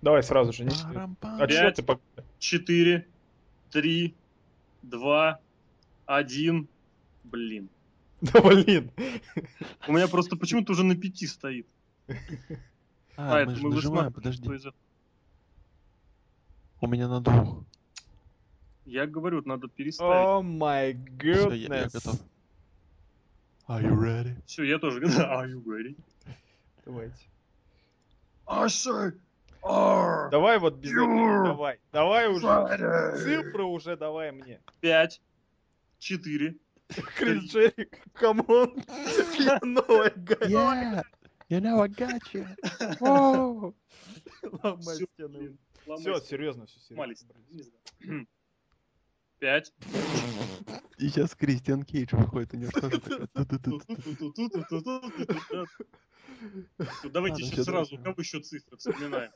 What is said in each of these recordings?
Давай сразу же. Отсчет ты 4, 3, 2, 1. Блин. Да блин. У меня просто почему-то уже на 5 стоит. Мы это же мы нажимаем, высматриваем, подожди. что из этого. У меня на 2. Я говорю, надо переставить. О май Всё, я goodness. готов. Are you ready? Все, я тоже говорю. Are you ready? Давайте. I say are Давай вот без you этого. Давай уже. ready? Цифры уже давай мне. 5, 4. Крис Джерик, камон. Я новая Yeah! You know I got you! Whoa! Ломай Всё, стены. блин, ломай Все, стены. серьезно, все Мались. серьезно. 5. И сейчас Кристиан Кейдж выходит, у него что-то такое. Давайте Ладно, сейчас всё, сразу, давай. у кого еще цифры вспоминаем.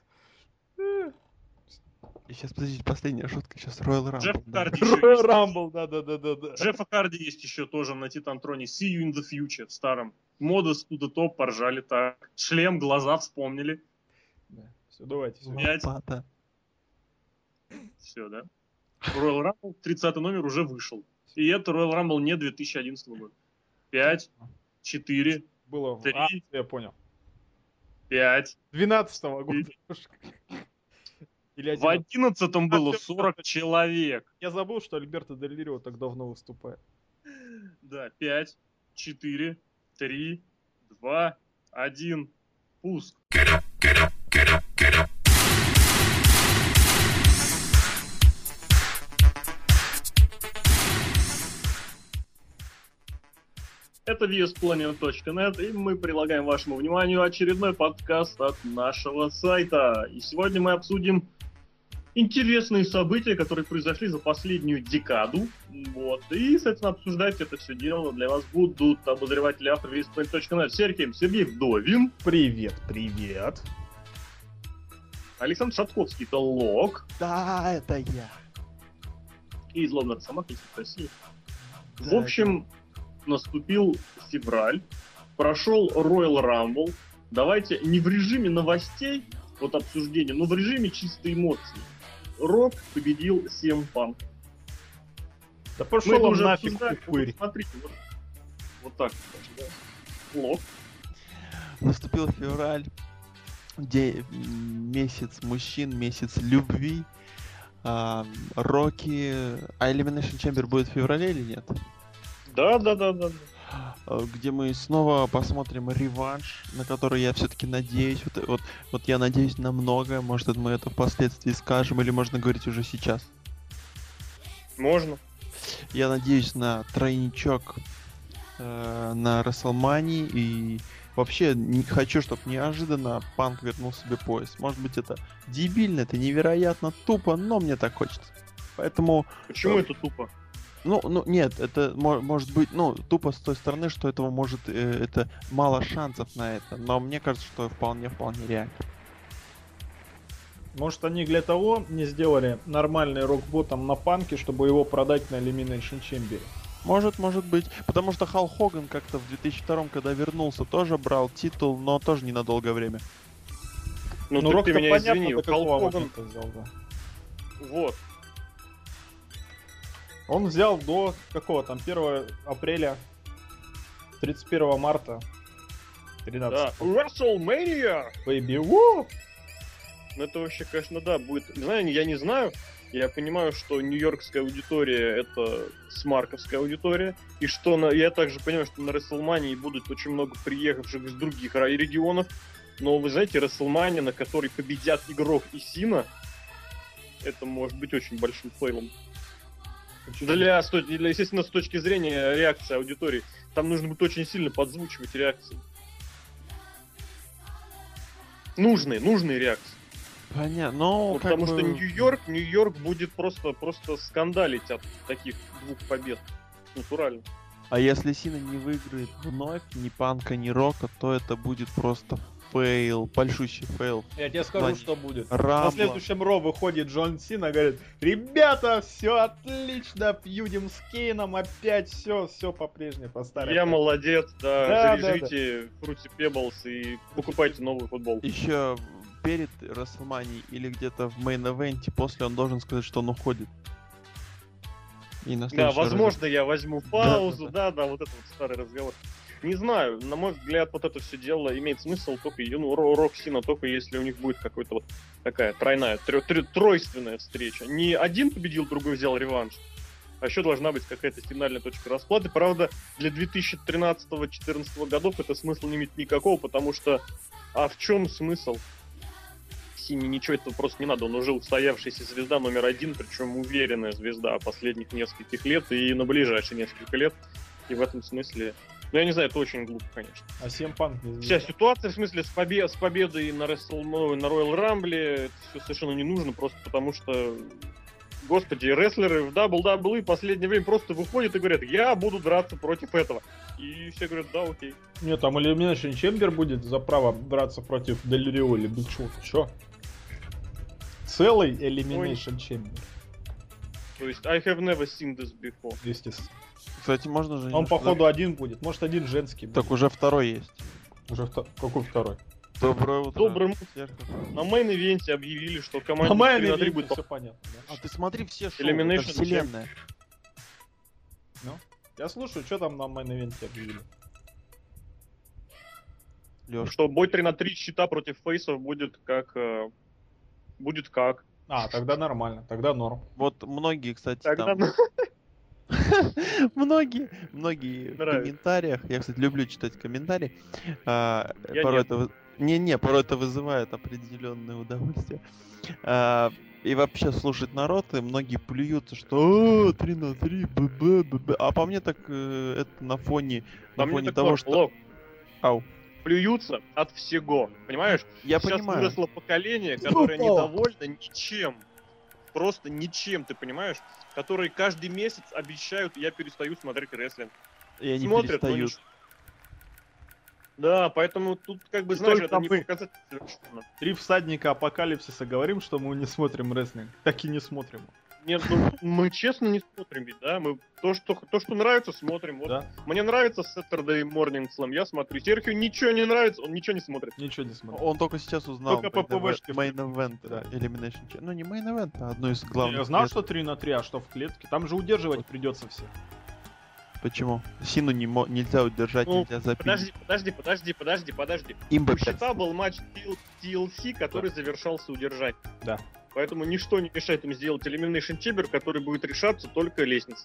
И сейчас, подождите, последняя шутка. Сейчас Royal Джефф Rumble. да. Харди еще есть. Рамбл, да. Джеффа Харди есть еще тоже на Титантроне. See you in the future в старом. Модус to the top, поржали так. Шлем, глаза вспомнили. Все, давайте. всё. 5. Лопата. Все, да? Royal Rumble, 30 номер уже вышел. И это Royal Rumble не 2011 года. 5, 4, Было. 3. Я понял. 5. 12-го года. Или В 11-м было всё, 40 человек. Я забыл, что Альберто Дель Рио так давно выступает. Да, 5, 4, 3, 2, 1. Пуск. Это VSPlanet.net, и мы предлагаем вашему вниманию очередной подкаст от нашего сайта. И сегодня мы обсудим интересные события, которые произошли за последнюю декаду. Вот. И, соответственно, обсуждать это все дело для вас будут обозреватели автора VSPlanet.net Сергей Вдовин, Привет. Александр Шатковский, это Лок, Да, это я. и Злобный Росомаха, если Россия. В Да, общем, наступил февраль, прошел Royal Rumble. Давайте не в режиме новостей, вот обсуждения, но в режиме чистой эмоции. Рок победил CM Punk. Да Мы пошел это он уже нафиг, обсуждали, упырь. смотрите, вот так, да. Лок. Наступил февраль, месяц мужчин, месяц любви. Рокки. А Elimination Chamber будет в феврале или нет? Да. Где мы снова посмотрим реванш, на который я все-таки надеюсь. Вот я надеюсь на многое. Может, мы это впоследствии скажем, или можно говорить уже сейчас. Можно. Я надеюсь на тройничок на WrestleMania, и вообще не хочу, чтобы неожиданно Панк вернул себе пояс. Может быть, это дебильно, это невероятно тупо, но мне так хочется. Поэтому... Почему это тупо? Ну, нет, это может быть, тупо с той стороны, что этого может, это мало шансов на это, но мне кажется, что вполне реально. Может, они для того не сделали нормальный рок-ботом на Панке, чтобы его продать на Elimination Chamber? Может быть, потому что Халк Хоган как-то в 2002, когда вернулся, тоже брал титул, но тоже ненадолгое время. Ну, Рок ты меня понятно, извини, до Халк какого Хоган, момента взял, да. вот. Он взял до какого там 1 апреля, 31 марта 13. Да. WrestleMania! Baby, woo! Ну это вообще, конечно, да, будет... Знаю, я не знаю, я понимаю, что нью-йоркская аудитория — это смарковская аудитория, и что я также понимаю, что на WrestleMania будет очень много приехавших из других регионов, но вы знаете, WrestleMania, на которой победят Игрок и Сина, это может быть очень большим фейлом. Естественно, с точки зрения реакции аудитории, там нужно будет очень сильно подзвучивать реакции. Нужные реакции. Понятно, но потому что Нью-Йорк будет просто скандалить от таких двух побед. Натурально. А если Сина не выиграет вновь ни Панка, ни Рока, то это будет просто фейл, большущий фейл. Я тебе скажу, что будет. Рамбла. На следующем Ро выходит Джон Сина, говорит: ребята, все отлично, фьюдим с Кейном, опять все по-прежнему по-старому. Я молодец, Да, заряжите Fruity Pebbles и покупайте новую футболку. Еще перед WrestleMania или где-то в мейн-эвенте, после он должен сказать, что он уходит. И на Да, следующий раз- возможно, я возьму паузу, да, вот это вот старый разговор. Не знаю, на мой взгляд, вот это все дело имеет смысл только, ну, Рок-Сина, только если у них будет какой-то вот такая тройная, тройственная встреча. Не один победил, другой взял реванш, а еще должна быть какая-то финальная точка расплаты. Правда, для 2013-2014 годов это смысла не имеет никакого, потому что, а в чем смысл? Сине ничего этого просто не надо, он уже устоявшаяся звезда номер один, причем уверенная звезда последних нескольких лет и на ближайшие несколько лет, и в этом смысле... Ну, я не знаю, это очень глупо, конечно. А CM Punk не Вся ситуация, в смысле, с победой на на Royal Rumble, это все совершенно не нужно, просто потому что, господи, рестлеры в WWE в последнее время просто выходят и говорят, я буду драться против этого. И все говорят, да, окей. Нет, там Elimination Chamber будет за право драться против Дель Рио или Биг Шоу. Чё? Целый Elimination Chamber, То есть, I have never seen this before. естественно. Кстати, можно же... Он, немножко походу, один будет. Может, один женский будет. Так уже второй есть. Уже какой второй? Доброе утро. Добрым Серхио. на мейн-ивенте объявили, что команда На 3 на 3 будет... все понятно. Да? А ты смотри все шоу, Elimination это вселенная. Ну, я слушаю, что там на мейн-ивенте объявили. Лёш, Что бой 3 на 3 щита против фейсов будет как... Будет как? А, тогда нормально, тогда норм. вот многие, кстати, Тогда... там... Многие в Нравится. комментариях, я, кстати, люблю читать комментарии, Я порой нет. это... порой это вызывает определенное удовольствие. И вообще слушать народ, и многие плюются, что 3 на 3, б. А по мне так это на фоне По мне того, такое, что... Лок, Ау. плюются от всего, понимаешь? Я Сейчас понимаю. выросло поколение, которое недовольно ничем. Просто ничем, ты понимаешь? Которые каждый месяц обещают, я перестаю смотреть рестлинг. И они Смотрят, но перестают. ничего. Да, поэтому тут, как бы, И знаешь, только это не мы. показатель совершенно. 3 всадника апокалипсиса говорим, что мы не смотрим рестлинг. Так и не смотрим. Нет, ну, мы честно не смотрим ведь, да? Мы то, что нравится, смотрим. Вот. Да? Мне нравится Saturday Morning Slam, я смотрю. Серхио ничего не нравится, он ничего не смотрит. Ничего не смотрим. Он только сейчас узнал Только ППВшки Main Event, Да. Elimination Chamber. Ну не Main Event, а одно из главных. Я знал, мест. что 3 на 3, а что в клетке? Там же удерживать придется всех. Почему? Сину нельзя удержать, Ну, нельзя запить. Подожди. Имба У щита был матч TLC, который завершался удержанием. Да. Поэтому ничто не мешает им сделать Elimination Chamber, который будет решаться только лестницей.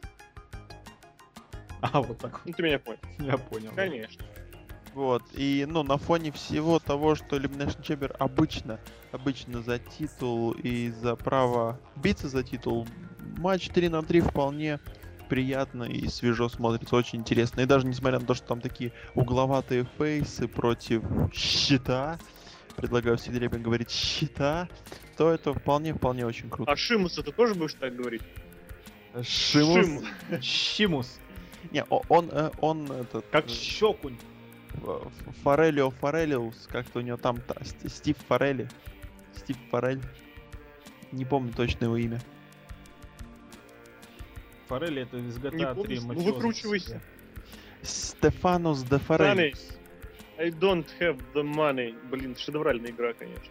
А, вот так Ну, ты меня понял. вот. Я понял. Конечно. Вот. И, ну, на фоне всего того, что Elimination Chamber обычно за титул и за право биться за титул, матч 3 на 3 вполне приятно и свежо смотрится, очень интересно. И даже несмотря на то, что там такие угловатые фейсы против щита, предлагаю все время говорить щита, то это вполне очень круто. А Шимуса ты тоже будешь так говорить? Шимус. Щимус. Не, он этот... Как щекунь. Форелиус, как-то у него там Стив Форелли. Стив Форель. Не помню точно его имя. Форелли это из Не GTA 3 помнишь? Ну, мафиози. выкручивайся. Стефанус де Форелиус. I don't have the money. Блин, шедевральная игра, конечно.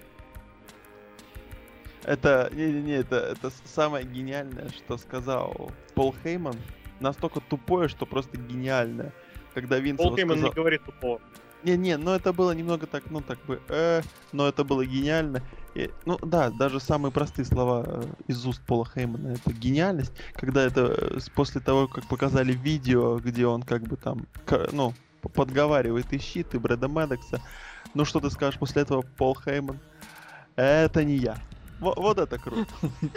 Это, это самое гениальное, что сказал Пол Хейман. Настолько тупое, что просто гениальное. Когда Винс Пол его Хейман сказал... не говорит тупого. Не, но это было немного так, ну так бы, но это было гениально. И, ну да, даже самые простые слова из уст Пола Хеймана — это гениальность. Когда это после того, как показали видео, где он как бы там, ну, подговаривает и щит, и Брэда Мэддокса. Ну что ты скажешь после этого, Пол Хейман? Это не я. Вот это круто.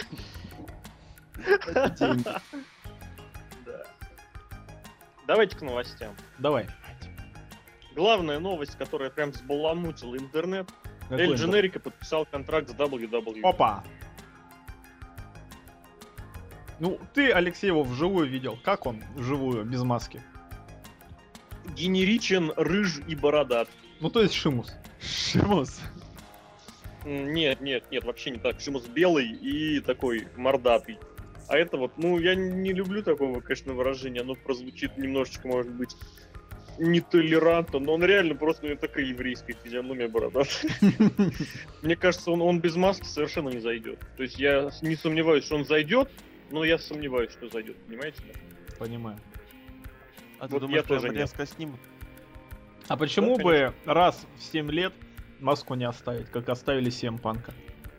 Это деньги. Да. Давайте к новостям. Давай. Главная новость, которая прям взбаламутила интернет. Какой Эль это? Дженерико подписал контракт с WWE. Опа. Ну, ты, Алексей, его вживую видел. Как он вживую, без маски? Генеричен, рыж и бородат. Ну, то есть Шимус. Шимус. Нет, вообще не так. Шимус белый и такой мордатый. А это вот, ну, я не люблю такого, конечно, выражения. Оно прозвучит немножечко, может быть, нетолерантно, но он реально просто у него такая еврейская физиономия бородатая. Мне кажется, он без маски совершенно не зайдет. То есть я не сомневаюсь, что он зайдет, но я сомневаюсь, что зайдет, понимаете? Понимаю. А ты Вот думаешь, я тоже прям нет. резко снимут? А почему Да, бы раз в 7 лет маску не оставить, как оставили CM Панка?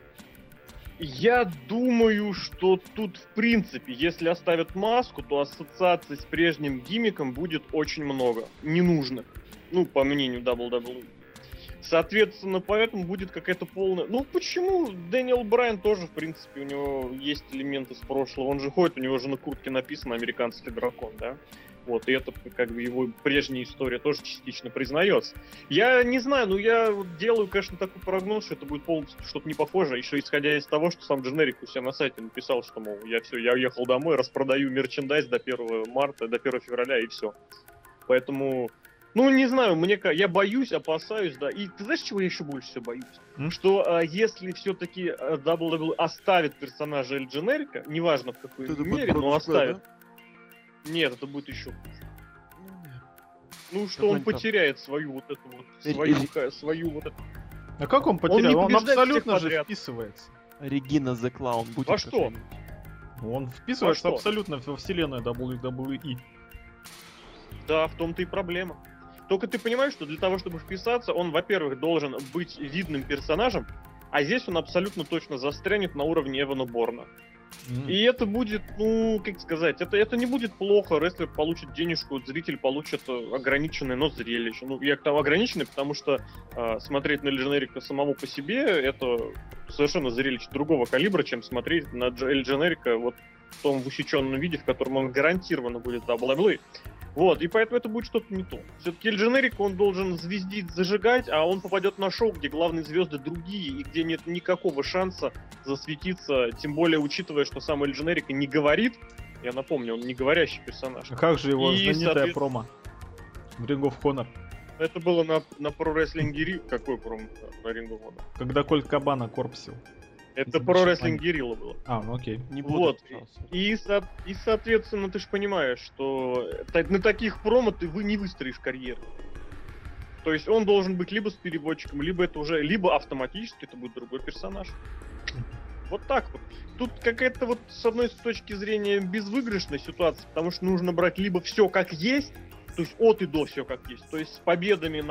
Я думаю, что тут, в принципе, если оставят маску, то ассоциаций с прежним гиммиком будет очень много. Ненужных. Ну, по мнению WWE. Соответственно, поэтому будет какая-то полная... Ну, почему? Дэниел Брайан тоже, в принципе, у него есть элементы с прошлого. Он же ходит, у него же на куртке написано «Американский дракон», да? Вот, и это как бы его прежняя история тоже частично признается. Я не знаю, но я вот делаю, конечно, такой прогноз, что это будет полностью что-то не похоже, еще исходя из того, что сам Дженерик у себя на сайте написал, что, мол, я уехал домой, распродаю мерчендайз до 1 марта, до 1 февраля и все. Поэтому, ну, не знаю, я боюсь, опасаюсь, да. И ты знаешь, чего я еще больше всего боюсь? Что если все-таки WWE оставит персонажа Эль Дженерика, неважно в какой Это будет мере, но Брок оставит. Леснер, Нет, это будет еще хуже. да? Ну, что он Какой-нибудь там- потеряет свою вот эту вот, свою вот эту... А как он не потерял? Он побеждает абсолютно всех же подряд. вписывается. Регина The Clown будет Во что? какая-нибудь? Он вписывается что? абсолютно во вселенную WWE. Да, в том-то и проблема. Только ты понимаешь, что для того, чтобы вписаться, он, во-первых, должен быть видным персонажем, а здесь он абсолютно точно застрянет на уровне Эвана Борна. И это будет, ну, как сказать, это не будет плохо, рестлер получит денежку, зритель получит ограниченное, но зрелище. Ну, я к тому ограниченный, потому что смотреть на Эль Дженерика самого по себе, это совершенно зрелище другого калибра, чем смотреть на Эль Дженерика вот в том усеченном виде, в котором он гарантированно будет WWE. Вот, и поэтому это будет что-то не то. Все-таки Эль Дженерик, он должен звездить, зажигать, а он попадет на шоу, где главные звезды другие, и где нет никакого шанса засветиться, тем более учитывая, что сам Эль Дженерик не говорит. Я напомню, он не говорящий персонаж. А как же его И, знаменитая соответственно, промо? В Ring of Honor. Это было на Pro Wrestling Guerrilla. Какой промо на Ring of Honor? Когда Кольт Кабана корпсил. Это С Pro большим Wrestling Guerrilla было. А, ну окей. Не буду Вот. пытаться. И, соответственно, ты же понимаешь, что на таких промо вы не выстроишь карьеру. То есть он должен быть либо с переводчиком, либо это уже, либо автоматически это будет другой персонаж. Вот так вот. Тут какая-то вот с одной точки зрения безвыигрышная ситуация, потому что нужно брать либо все как есть, то есть от и до все как есть, то есть с победами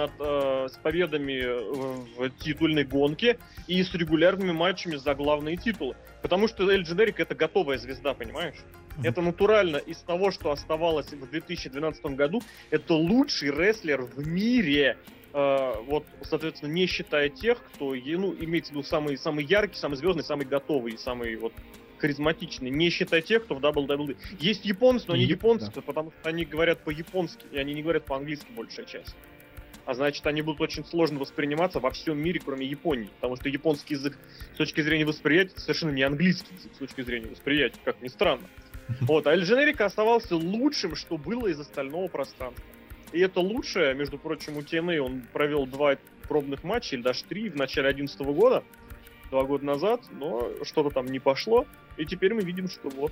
в титульной гонке и с регулярными матчами за главные титулы. Потому что Эль Дженерик это готовая звезда, понимаешь? Это натурально из того, что оставалось в 2012 году, это лучший рестлер в мире. Вот, соответственно, не считая тех, кто, ну, имеется в виду самый яркий, самый звездный, самый готовый, самый вот харизматичный, не считая тех, кто в WWE. Есть японцы, но они японцы, да. потому что они говорят по-японски, и они не говорят по-английски большая часть. А значит, они будут очень сложно восприниматься во всем мире, кроме Японии. Потому что японский язык с точки зрения восприятия совершенно не английский язык с точки зрения восприятия, как ни странно. Вот, а Эль Дженерик оставался лучшим, что было из остального пространства. И это лучшее, между прочим, у TNA он провел 2 пробных матча, или даже 3 в начале 2011 года, 2 года назад, но что-то там не пошло, и теперь мы видим, что вот.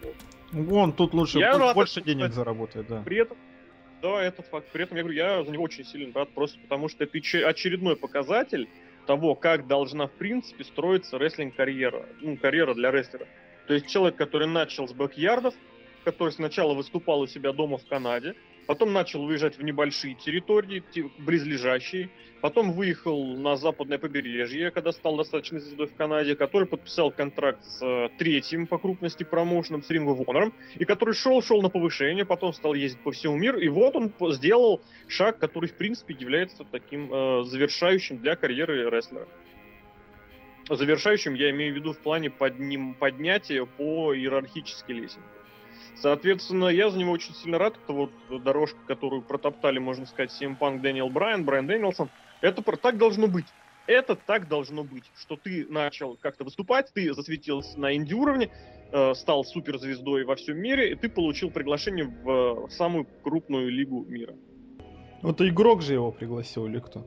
Вон, тут лучше, Я рад, больше кстати. денег заработает, да. При этом, да, этот факт. При этом, я говорю, я за него очень сильно рад, просто потому что это очередной показатель того, как должна, в принципе, строиться рестлинг-карьера. Ну, карьера для рестлера. То есть человек, который начал с бэк-ярдов, который сначала выступал у себя дома в Канаде, потом начал выезжать в небольшие территории, близлежащие, потом выехал на западное побережье, когда стал достаточно звездой в Канаде, который подписал контракт с третьим по крупности промоушеном, с Ring of Honor, и который шел на повышение, потом стал ездить по всему миру, и вот он сделал шаг, который, в принципе, является таким завершающим для карьеры рестлера. Завершающим я имею в виду в плане поднятия по иерархической лестнице. Соответственно, я за него очень сильно рад. Это вот дорожка, которую протоптали, можно сказать, CM Punk, Дэниел Брайан, Брайан Дэнилсон. Это так должно быть. Это так должно быть, что ты начал как-то выступать, ты засветился на инди-уровне, стал суперзвездой во всем мире, и ты получил приглашение в самую крупную лигу мира. Вот игрок же его пригласил или кто?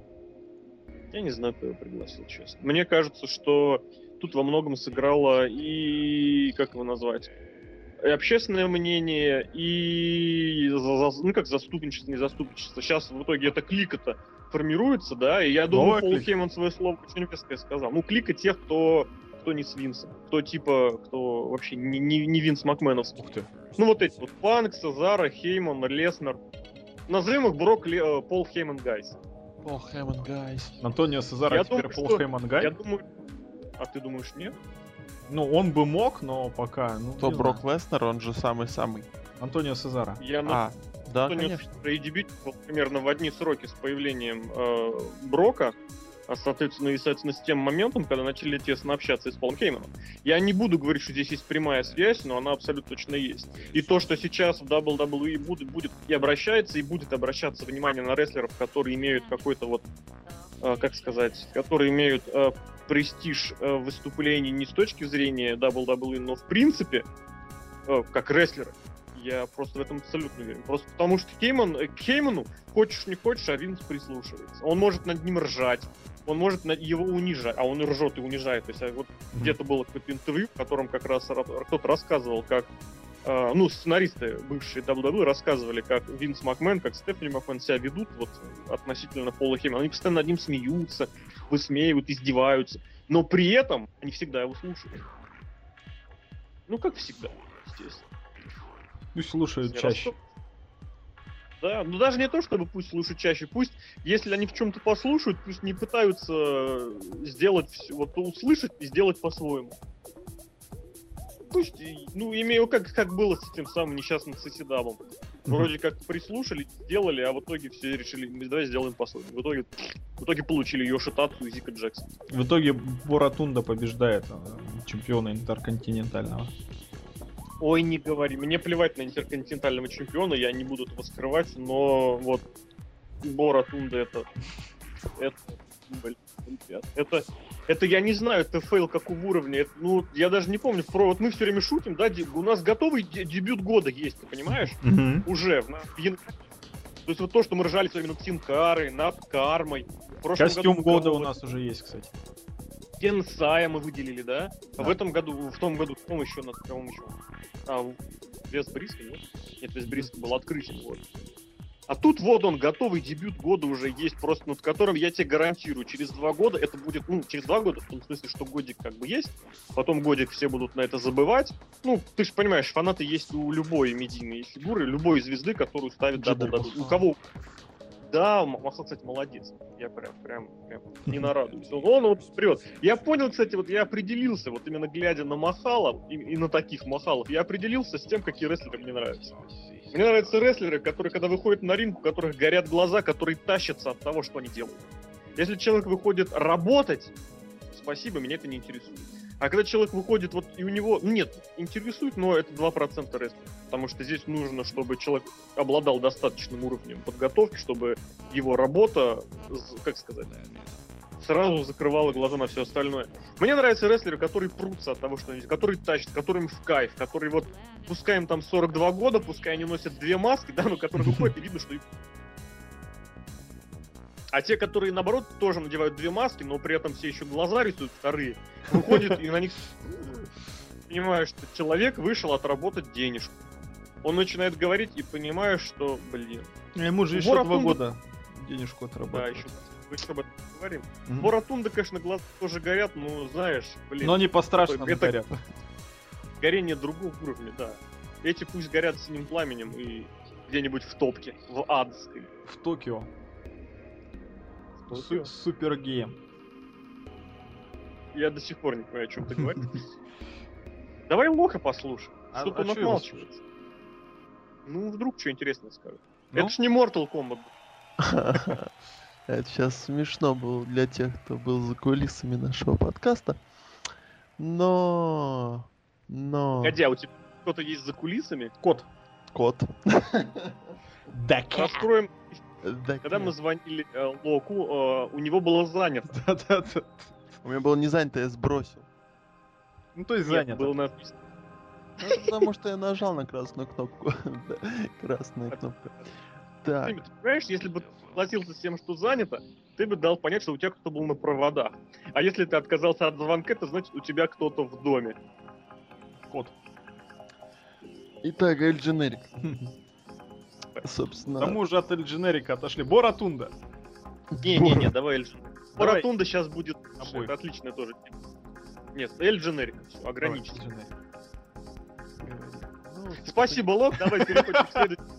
Я не знаю, кто его пригласил, честно. Мне кажется, что тут во многом сыграла и... Как его назвать? общественное мнение, и ну как заступничество, не заступничество. Сейчас в итоге это клика-то формируется, да, и я думаю, Пол Хейман свое слово очень веское сказал. Ну, клика тех, кто не с Винсом, кто вообще не Винс Макменовский. Ну, вот эти вот Панк, Сезара, Хейман, Леснер. Назовем их Пол Хейман Гайс. Пол Хейман Гайс. Антонио Сезаро теперь Пол Хейман Гай? Я думаю... А ты думаешь, нет? Ну, он бы мог, но пока... Ну, то Брок Леснер, он же самый-самый. Антонио Сезаро. Да, Антонио конечно. И дебютировал примерно в одни сроки с появлением Брока, а соответственно и с тем моментом, когда начали тесно общаться с Полом Хейманом. Я не буду говорить, что здесь есть прямая связь, но она абсолютно точно есть. И то, что сейчас в WWE будет и обращается, и будет обращаться внимание на рестлеров, которые имеют какой-то вот, как сказать, которые имеют престиж выступлений не с точки зрения WWE, но в принципе, как рестлеры. Я просто в этом абсолютно уверен. Просто потому что к Хейману, хочешь не хочешь, а Винс прислушивается. Он может над ним ржать, он может его унижать, а он и ржет, и унижает. То есть вот где-то было какое-то интервью, в котором как раз кто-то рассказывал, как сценаристы бывшие WWE рассказывали, как Винс Макмен, как Стефани Макмен себя ведут вот относительно Пола Хеймана. Они постоянно над ним смеются, высмеивают, издеваются. Но при этом они всегда его слушают. Ну, как всегда, естественно. Пусть слушают чаще. Да, но даже не то, чтобы пусть слушают чаще. Пусть, если они в чем-то послушают, пусть не пытаются сделать все, вот услышать и сделать по-своему. Пусть, имею как было с этим самым несчастным Сосидабом. Вроде как прислушали, сделали, а в итоге все решили, давай сделаем по-своему. В итоге получили Йоши Татсу и Зика Джексон. В итоге Бора Тунда побеждает чемпиона интерконтинентального. Ой, не говори, мне плевать на интерконтинентального чемпиона, я не буду этого скрывать, но вот Бора Тунда это я не знаю, это фейл какого уровня, я даже не помню, вот мы все время шутим, да, у нас готовый дебют года есть, ты понимаешь? Уже, то есть вот то, что мы ржали все время над Синкарой, над Кармой. Костюм года у нас уже есть, кстати. Кенсая мы выделили, да? А в том году, кому еще? Вес Бриска, нет? Нет, Вес Бриска был открытием. Вот. А тут вот он, готовый дебют года уже есть, просто над которым я тебе гарантирую, через 2 года это будет, через 2 года, в том смысле, что годик как бы есть, потом годик все будут на это забывать. Ты же понимаешь, фанаты есть у любой медийной фигуры, любой звезды, которую ставит WWE. У кого... Да, Махал, кстати, молодец. Я прям не нарадуюсь. Он вот вперед. Я понял, кстати, я определился, вот именно глядя на Махала и на таких Махалов, я определился с тем, какие рестлеры мне нравятся. Мне нравятся рестлеры, которые, когда выходят на ринг, у которых горят глаза, которые тащатся от того, что они делают. Если человек выходит работать, спасибо, меня это не интересует. А когда человек выходит, и у него... интересует, но это 2% рестлинга. Потому что здесь нужно, чтобы человек обладал достаточным уровнем подготовки, чтобы его работа, как сказать, сразу закрывала глаза на все остальное. Мне нравятся рестлеры, которые прутся от того, что они... Которые тащат, которым в кайф, которые пускай им там 42 года, пускай они носят 2 маски, да, но которые выходят, и видно, что... А те, которые, наоборот, тоже надевают 2 маски, но при этом все еще глаза рисуют вторые, выходят и на них... Понимаешь, что человек вышел отработать денежку. Он начинает говорить и понимаешь, что, Ему же еще 2 года денежку отработать. Да, еще мы об этом говорим. Бора Тунда, конечно, глаза тоже горят, но знаешь, Но они по-страшному горят. Горение другого уровня, да. Эти пусть горят синим пламенем и где-нибудь в топке, в адской. В Токио. Супергейм. Я до сих пор не понимаю, о чем ты говоришь. Давай Лоха послушаем. Что-то он отмалчивается. Вдруг что интересное скажет. Это ж не Mortal Kombat. Это сейчас смешно было для тех, кто был за кулисами нашего подкаста. Но... Погоди, а у тебя кто-то есть за кулисами? Кот. Да, раскроем. Когда мы звонили Локу, у него было занято. Да. У меня было не занято, я сбросил. То есть занято. Было написано. Потому что я нажал на красную кнопку. Красная кнопка. Так. Ты понимаешь, если бы ты согласился с тем, что занято, ты бы дал понять, что у тебя кто-то был на проводах. А если ты отказался от звонка, это значит, у тебя кто-то в доме. Кот. Итак, Эль Дженерик. К Собственно. тому же от Эль Дженерика отошли. Боратунда. Не, давай Эль Дженерик. Давай. Ротунда сейчас будет. Обоих. Это отличная тоже тема. Нет, Эль Дженерик. Все, Давай, ограничить. Эль Дженерик. Ну, Спасибо, Лок. Давай переходим к следующему.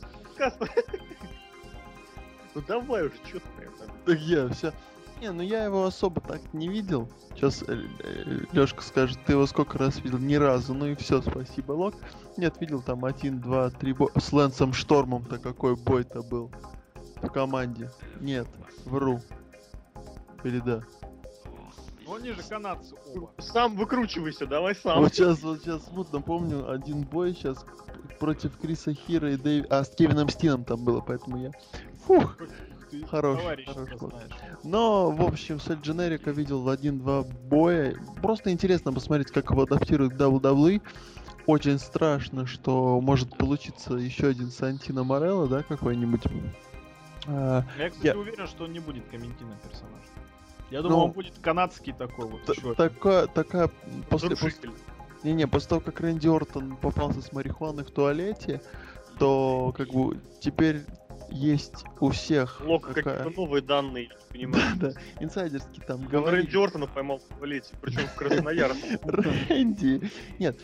Ну давай уже, что ты там? Так я все. Не, ну я его особо так не видел. Сейчас Лёшка скажет, ты его сколько раз видел? Ни разу. Ну и все, спасибо, Лок. Нет, видел там 1, 2, 3 боя. С Лэнсом Штормом-то какой бой-то был в команде. Нет, вру. Или да? Ну они же канадцы оба. Сам выкручивайся, давай сам. Вот сейчас смутно помню один бой сейчас против Криса Хира и Дэйв... А, с Кевином Стином там было, поэтому я... Фух! Ты Хорош, товарищ, хорош, не вот. знаешь. Но, в общем, с Эль Дженерика видел 1-2 боя. Просто интересно посмотреть, как его адаптируют к WWE. Очень страшно, что может получиться еще один Сантино Морелло, да, какой-нибудь. Я, кстати, уверен, что он не будет комментийным персонажем. Я думаю, Ну, он будет канадский такой вот. еще. Такая... После Разрушитель. после того, как Рэнди Ортон попался с марихуаной в туалете, то, как бы, теперь есть у всех Лок, такая... какие-то новые данные, я не понимаю. Да, инсайдерский там Он говорит. Рэнди Ортона поймал в туалете, причем в Красноярске. Рэнди. Нет.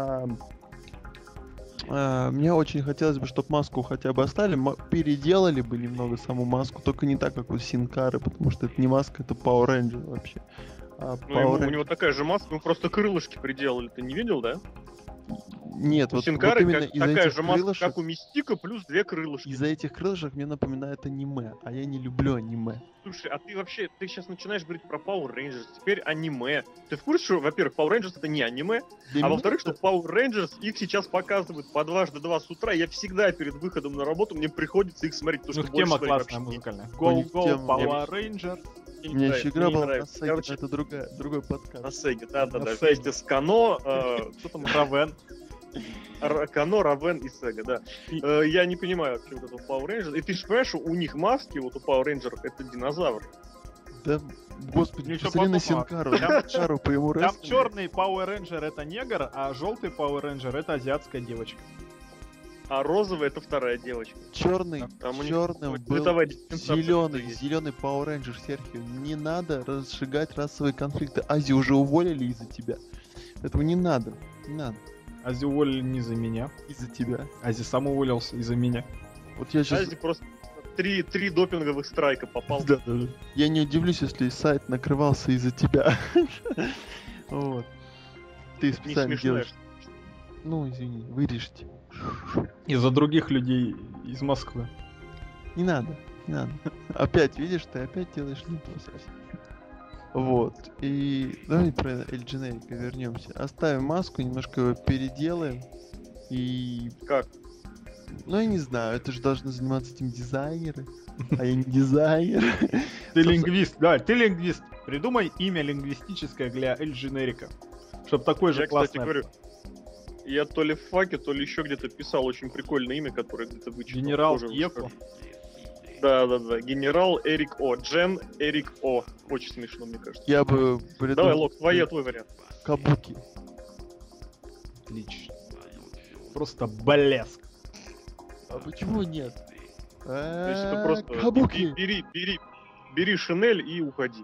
Мне очень хотелось бы, чтобы маску хотя бы оставили, переделали бы немного саму маску, только не так, как у Синкары, потому что это не маска, это Power Ranger вообще. Ну, Power у него такая же маска, ему просто крылышки приделали, ты не видел, да? Нет, У вот Синкары именно из-за такая этих же маска, крылышек, как у Мистика, плюс 2 крылышки. из-за этих крылышек мне напоминает аниме, а я не люблю аниме. Слушай, а ты вообще, ты сейчас начинаешь говорить про Power Rangers, теперь аниме. Ты в курсе, что, во-первых, Power Rangers это не аниме, Для а меня во-вторых, это- что Power Rangers, их сейчас показывают по 2 с утра, я всегда перед выходом на работу, мне приходится их смотреть, потому Ну, что больше тема смотреть классная, вообще музыкальная. У них Go, go, тема- Power Ranger. не У меня нравится, еще игра мне не была на нравится. Sega, Короче, это другой подкаст. на Сеге, да-да-да, На Сеге. вместе с Кано, кто там, Равен. Кано, Равен и Сега, да. Я не понимаю вообще вот этого Power Rangers. И ты же понимаешь, что у них маски, вот у Power Ranger, это динозавр. Да, господи, Ничего посмотри на подобного. Синкару. Синкару по ему Там рестлингу. черный Power Ranger это негр, а желтый Power Ranger это азиатская девочка. А розовая это вторая девочка. Черный, Там у них черным был цветовая дифференциация зеленый, есть. зеленый Power Ranger, Серхио. Не надо разжигать расовые конфликты. Азию уже уволили из-за тебя. Поэтому не надо, не надо. Ази уволили не за меня. Из-за тебя. Ази сам уволился из-за меня. Вот я сейчас... Ази просто три допинговых страйка попал. Да. Я не удивлюсь, если сайт накрывался из-за тебя. Вот. Ты Не специально смешно. делаешь. Ну, извини, вырежьте. Из-за других людей из Москвы. Не надо, не надо. Опять, видишь, ты опять делаешь не то совсем. Вот. И давай про Эль Дженерика вернемся. Оставим маску, немножко его переделаем. И... Как? Ну, я не знаю, это же должны заниматься этим дизайнеры. А я не дизайнер. Ты лингвист, давай, ты лингвист. Придумай имя лингвистическое для Эль Дженерика. Чтоб такой же Я, кстати, классный. говорю, я то ли в факе, то ли еще где-то писал очень прикольное имя, которое где-то вычитал. Генерал Тоже Еко. скажу. Да. Генерал Эрик О. Джен Эрик О. Очень смешно, мне кажется. Я бы Давай, придумал Лок, твой вариант. Кабуки. Отлично. Просто блеск. А почему нет? То есть это просто Кабуки. бери Шинель и уходи.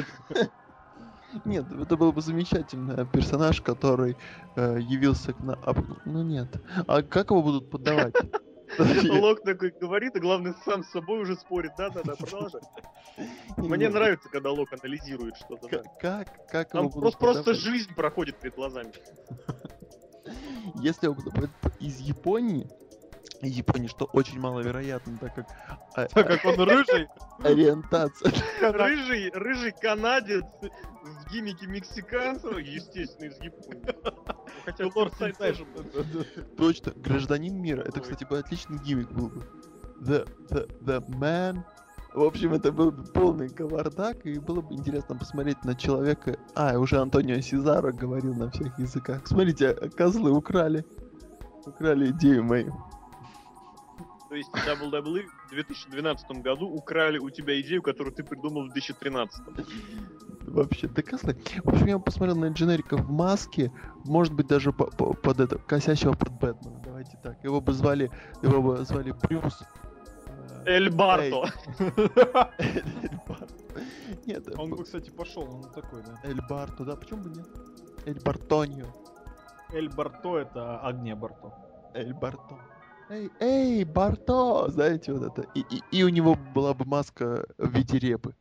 Нет, это был бы замечательный персонаж, который явился к нам. Ну нет. А как его будут подавать? Лок такой говорит, и главное сам с собой уже спорит. Да-да-да, продолжай. Мне нравится, когда Лок анализирует что-то. Да. Как его Там будут просто подавать? жизнь проходит перед глазами. Если его будут подавать из Японии, что очень маловероятно, так как Так как он рыжий. ориентация. Рыжий канадец в гиммике мексиканцев, естественно, из Японии. Хотя Лорд сайт Сенсей. тоже. Точно, гражданин мира. Это, кстати, бы отличный гиммик был бы. The man. В общем, это был бы полный кавардак, и было бы интересно посмотреть на человека. Уже Антонио Сезаро говорил на всех языках. Смотрите, козлы украли идею мою. То есть WWE в 2012 году украли у тебя идею, которую ты придумал в 2013. Вообще, да козлы. В общем, я посмотрел на Дженерика в маске, может быть, даже под это, косящего под Бэтмена. Давайте так. Его бы звали Брюс. Эль Барто. Эль Барто. Нет, Он бы, кстати, пошел, он такой, да. Эль Барто, да, почему бы нет? Эль Бартонио. Эль Барто это Агния Барто. Эль Барто. Эй, Барто! Знаете, вот это. И у него была бы маска в виде репы.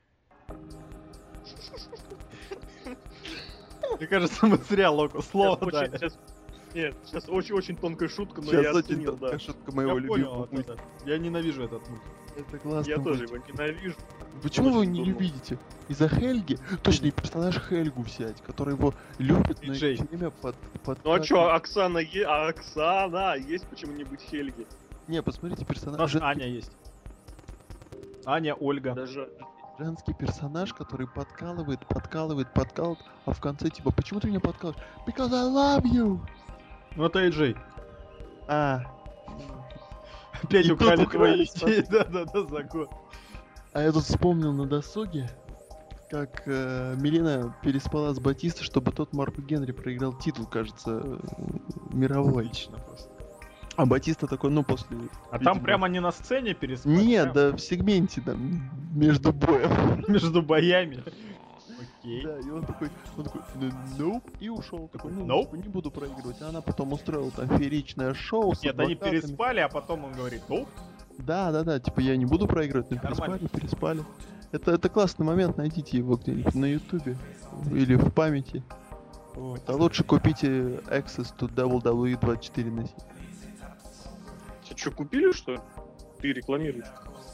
Мне кажется, мы зря слово дали. Сейчас очень тонкая шутка, но Сейчас я очень оценил, да. тонкая шутка моего Я понял любимого вот мультика. это. Я ненавижу этот мультик. Это классно. Я тоже его ненавижу. Почему вы очень не давно. любите? Из-за Хельги? Точно, и персонаж Хельгу взять, который его любит, но Диджей. все время под... Ну а чё, Оксана есть, почему не быть Хельги? Не, посмотрите, У нас персонаж... Аня есть. Аня, Ольга. Даже... Женский персонаж, который подкалывает, а в конце типа, почему ты меня подкалываешь? Because I love you! Ну это Эйджей. А, Опять И украли тут твои украли, идеи. Да-да-да, за год. а я тут вспомнил на досуге, как Милена переспала с Батистой, чтобы тот Марку Генри проиграл титул, кажется, мировой. Отлично просто. А Батиста такой, ну, после... А там видимо- прямо не на сцене переспать? Нет, прям да в сегменте там, между боем. между боями. Окей. Да, и он такой, nope, и ушел. Такой, ну, Nope. типа, не буду проигрывать. А она потом устроила там фееричное шоу с Нет, они адвокатами. переспали, а потом он говорит, ну, Да, типа я не буду проигрывать, но Нормально. переспали. Это классный момент, найдите его где-нибудь на ютубе или в памяти. Вот. А лучше купите Access to WWE 24 на 7. Ты что, купили, что ли? Ты рекламируешь.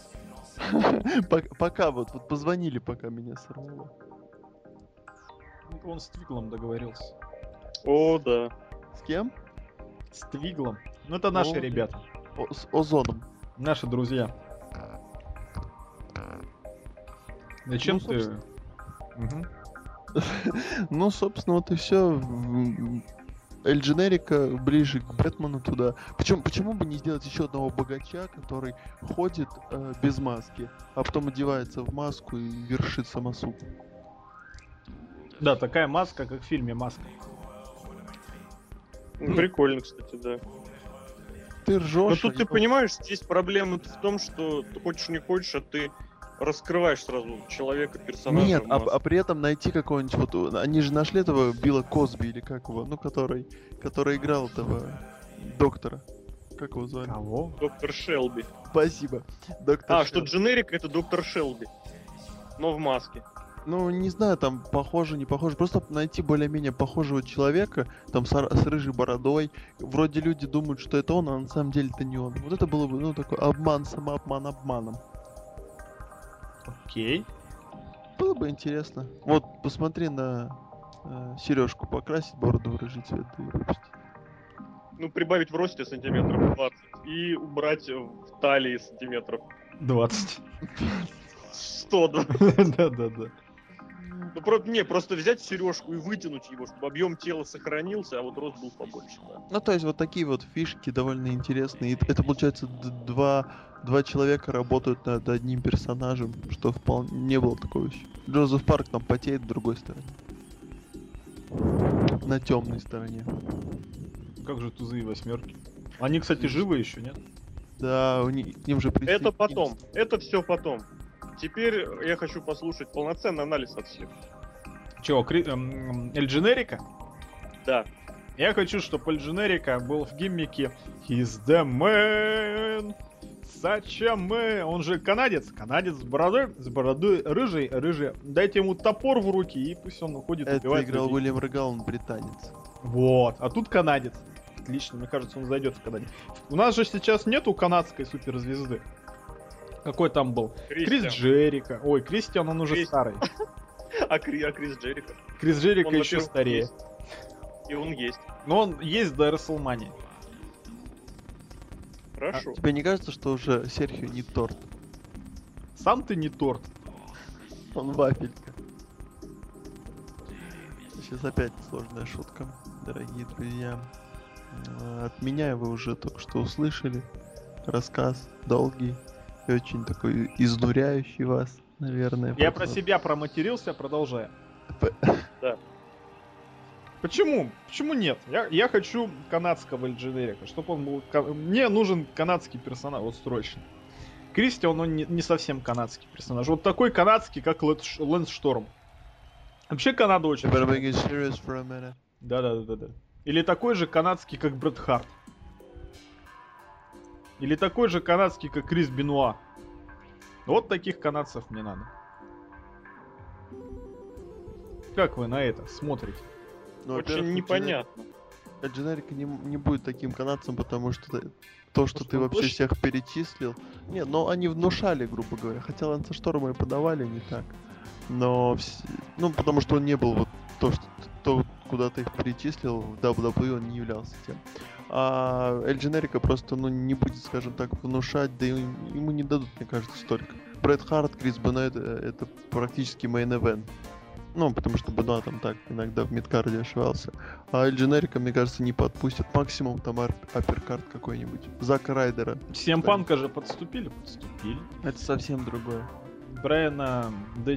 Пока вот позвонили, пока меня сорвало. он с Твиглом договорился. О, да. С кем? С Твиглом. Ну это наши О, ребята. С Озоном. Наши друзья. Зачем Ну, ты... Мгм. Ну, собственно, вот и все. Эль Дженерика ближе к Бэтмену туда. Почему бы не сделать еще одного богача, который ходит без маски, а потом одевается в маску и вершит самосуд? Да, такая маска, как в фильме «Маска». Ну, прикольно, кстати, да. Ты Но ржешь. тут ты понимаешь, здесь проблема в том, что ты хочешь не хочешь, а ты раскрываешь сразу человека, персонажа. Нет, в маске. а при этом найти какого-нибудь вот... Они же нашли этого Билла Косби, или как его, ну, который играл этого доктора. Как его звали? Кого? Доктор Шелби. Спасибо. Доктор А, что Шелби. дженерик это доктор Шелби. Но в маске. Ну, не знаю, там похоже, не похоже. Просто найти более-менее похожего человека, там с рыжей бородой. Вроде люди думают, что это он, а на самом деле это не он. Вот это было бы, ну, такой обман, самообман обманом. Окей. Было бы интересно. Вот, посмотри на Сережку, покрасить бороду в рыжий цвет и выпустить. Ну, прибавить в росте сантиметров 20 и убрать в талии сантиметров 20. 100. Да. Да-да-да. Ну, просто взять сережку и вытянуть его, чтобы объем тела сохранился, а вот рост был побольше. Да. Ну, то есть вот такие вот фишки довольно интересные. И это получается два человека работают над одним персонажем, что вполне не было такого еще. Джозеф Парк там потеет в другой стороне. На темной стороне. Как же тузы и восьмерки? Они, кстати, живы еще, нет? Да, к ним же Это присоединились. потом. Это все потом. Теперь я хочу послушать полноценный анализ от всех. Чего, Эль Дженерика? Да. Я хочу, чтобы Эль Дженерика был в гиммике He's the man, such a man. Он же канадец с бородой рыжий. Дайте ему топор в руки, и пусть он уходит Это убивать играл людей. Уильям Регал, он британец. Вот, а тут канадец. Отлично, мне кажется, он зайдет в Канаде. У нас же сейчас нету канадской суперзвезды. Какой там был? Кристиан. Крис Джерика. Ой, Кристиан, он уже старый. А Крис Джерика? Крис Джерика Он, еще во-первых, старее. есть. И он есть. Но он есть до Расселмании. Хорошо. Тебе не кажется, что уже Серхио не торт? Сам ты не торт. Он вафелька. Сейчас опять сложная шутка, дорогие друзья. От меня вы уже только что услышали. Рассказ долгий и очень такой изнуряющий вас. наверное. Я про себя проматерился, продолжаю. Да. Почему? Почему нет? Я хочу канадского Эль Дженерика, чтобы он был... Мне нужен канадский персонаж, вот срочно. Кристиан, он не совсем канадский персонаж. Вот такой канадский, как Лэнс Шторм. Вообще Канада очень... Да. Или такой же канадский, как Брэд Харт. Или такой же канадский, как Крис Бенуа. Вот таких канадцев мне надо. Как вы на это смотрите? Ну, Очень непонятно. Дженерика не будет таким канадцем, потому что то, что ты он вообще точно- всех перечислил... Нет, но они внушали, грубо говоря. Хотя Лэнса Шторма и подавали не так. Но... Ну, потому что он не был вот то, куда ты их перечислил, в WWE он не являлся тем. А Эль Дженерика просто, не будет, скажем так, внушать, да и ему не дадут, мне кажется, столько. Брэд Харт, Крис Бенуа, это практически мейн-эвент. Ну, потому что Бенуа там так иногда в мидкарде ошивался. А Эль Дженерика, мне кажется, не подпустят. Максимум там апперкарт какой-нибудь. Зака Райдера. Панка же подступили? Подступили. Это совсем другое. Дэниела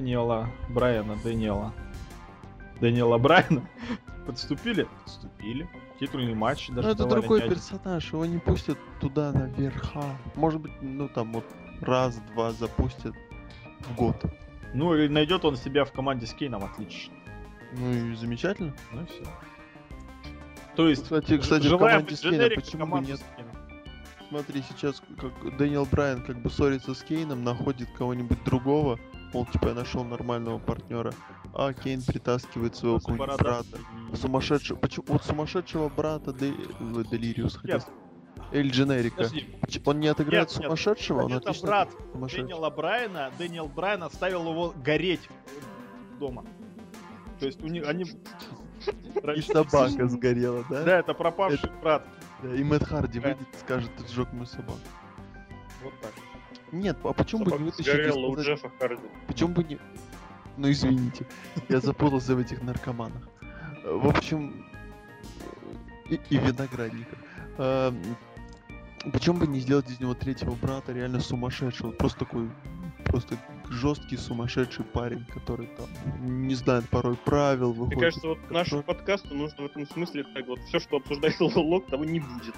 Брайана подступили? Подступили. Титульный матч даже Ну, это давали другой не один. персонаж, его не пустят туда наверха. Может быть, там вот раз-два запустят в год. Ну и найдет он себя в команде с Кейном, отлично. Ну и замечательно. Ну и все. То есть, Кстати, в желаем команде с Кейном, Дженерика почему бы команду нет? с Кейном. Смотри, сейчас как Дэниел Брайан как бы ссорится с Кейном, находит кого-нибудь другого, мол, типа я нашел нормального партнера, а Кейн притаскивает своего Просто какого-нибудь борода. брата. Сумасшедшего. Почему? Вот сумасшедшего брата Делириус хотел. Нет, Эль Дженерика. подожди. Он не отыграет Нет, нет. сумасшедшего, он Это отлично брат отыграет сумасшедшего. Дэниел Брайан оставил его гореть дома. То есть у них они... И собака сгорела, да? Да, это пропавший брат. Да, и Мэтт Харди Да. выйдет и скажет, ты сжег мою собаку. Вот так. Нет, а почему бы не Собака вытащить и сгорела у сказать, Джеффа Харди. почему бы не... Ну извините, я запутался в этих наркоманах. В общем, и виноградниках. Почему бы не сделать из него третьего брата реально сумасшедшего? Просто такой, просто жесткий сумасшедший парень, который там не знает порой правил, Мне выходит. кажется, вот нашему подкасту нужно в этом смысле так вот все, что обсуждает Лок, того не будет.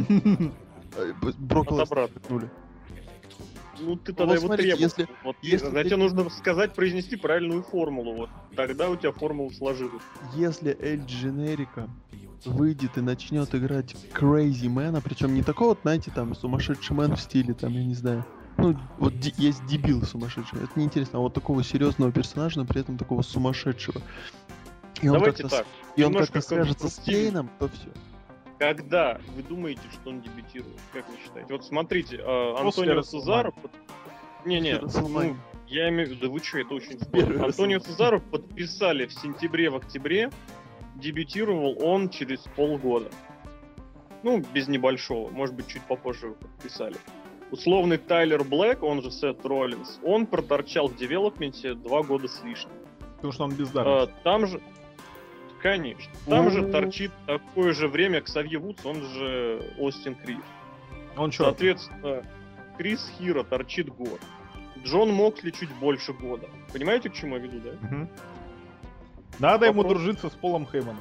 Брок Леснер Отобрать. вернули. Ну ты Ну, тогда вот его смотрите, требуешь. если- Вот, если тебе ты- нужно сказать, произнести правильную формулу. Вот тогда у тебя формула сложилась. Если Эль Дженерика выйдет и начнет играть Crazy Мэна, причем не такого, вот, знаете, там, сумасшедший мэн в стиле, там, я не знаю, ну, вот есть дебил сумасшедший, это неинтересно, а вот такого серьезного персонажа, но при этом такого сумасшедшего. И он Давайте как-то так. и он немножко как-то свяжется с конструктивнее. Кейном, то все. Когда вы думаете, что он дебютирует? Как вы считаете? Вот смотрите, После Антонио WrestleMania. Цезаро... Не, WrestleMania. ну, я имею в виду, да вы что, это очень Первый сложно. Антонио WrestleMania. Цезаро подписали в сентябре, в октябре. Дебютировал он через полгода. Ну, без небольшого, может быть, чуть попозже его подписали. Условный Тайлер Блэк, он же Сет Роллинс, он проторчал в девелопменте 2 года с лишним. Потому что он бездарный. Там же, конечно, там же О. торчит такое же время Ксавье Вудс, он же Остин Крид. Он чё? Соответственно, Крис Хиро торчит год. Джон Моксли чуть больше года. Понимаете, к чему я веду, да? Мгм. Надо ему Вопрос. дружиться с Полом Хейманом.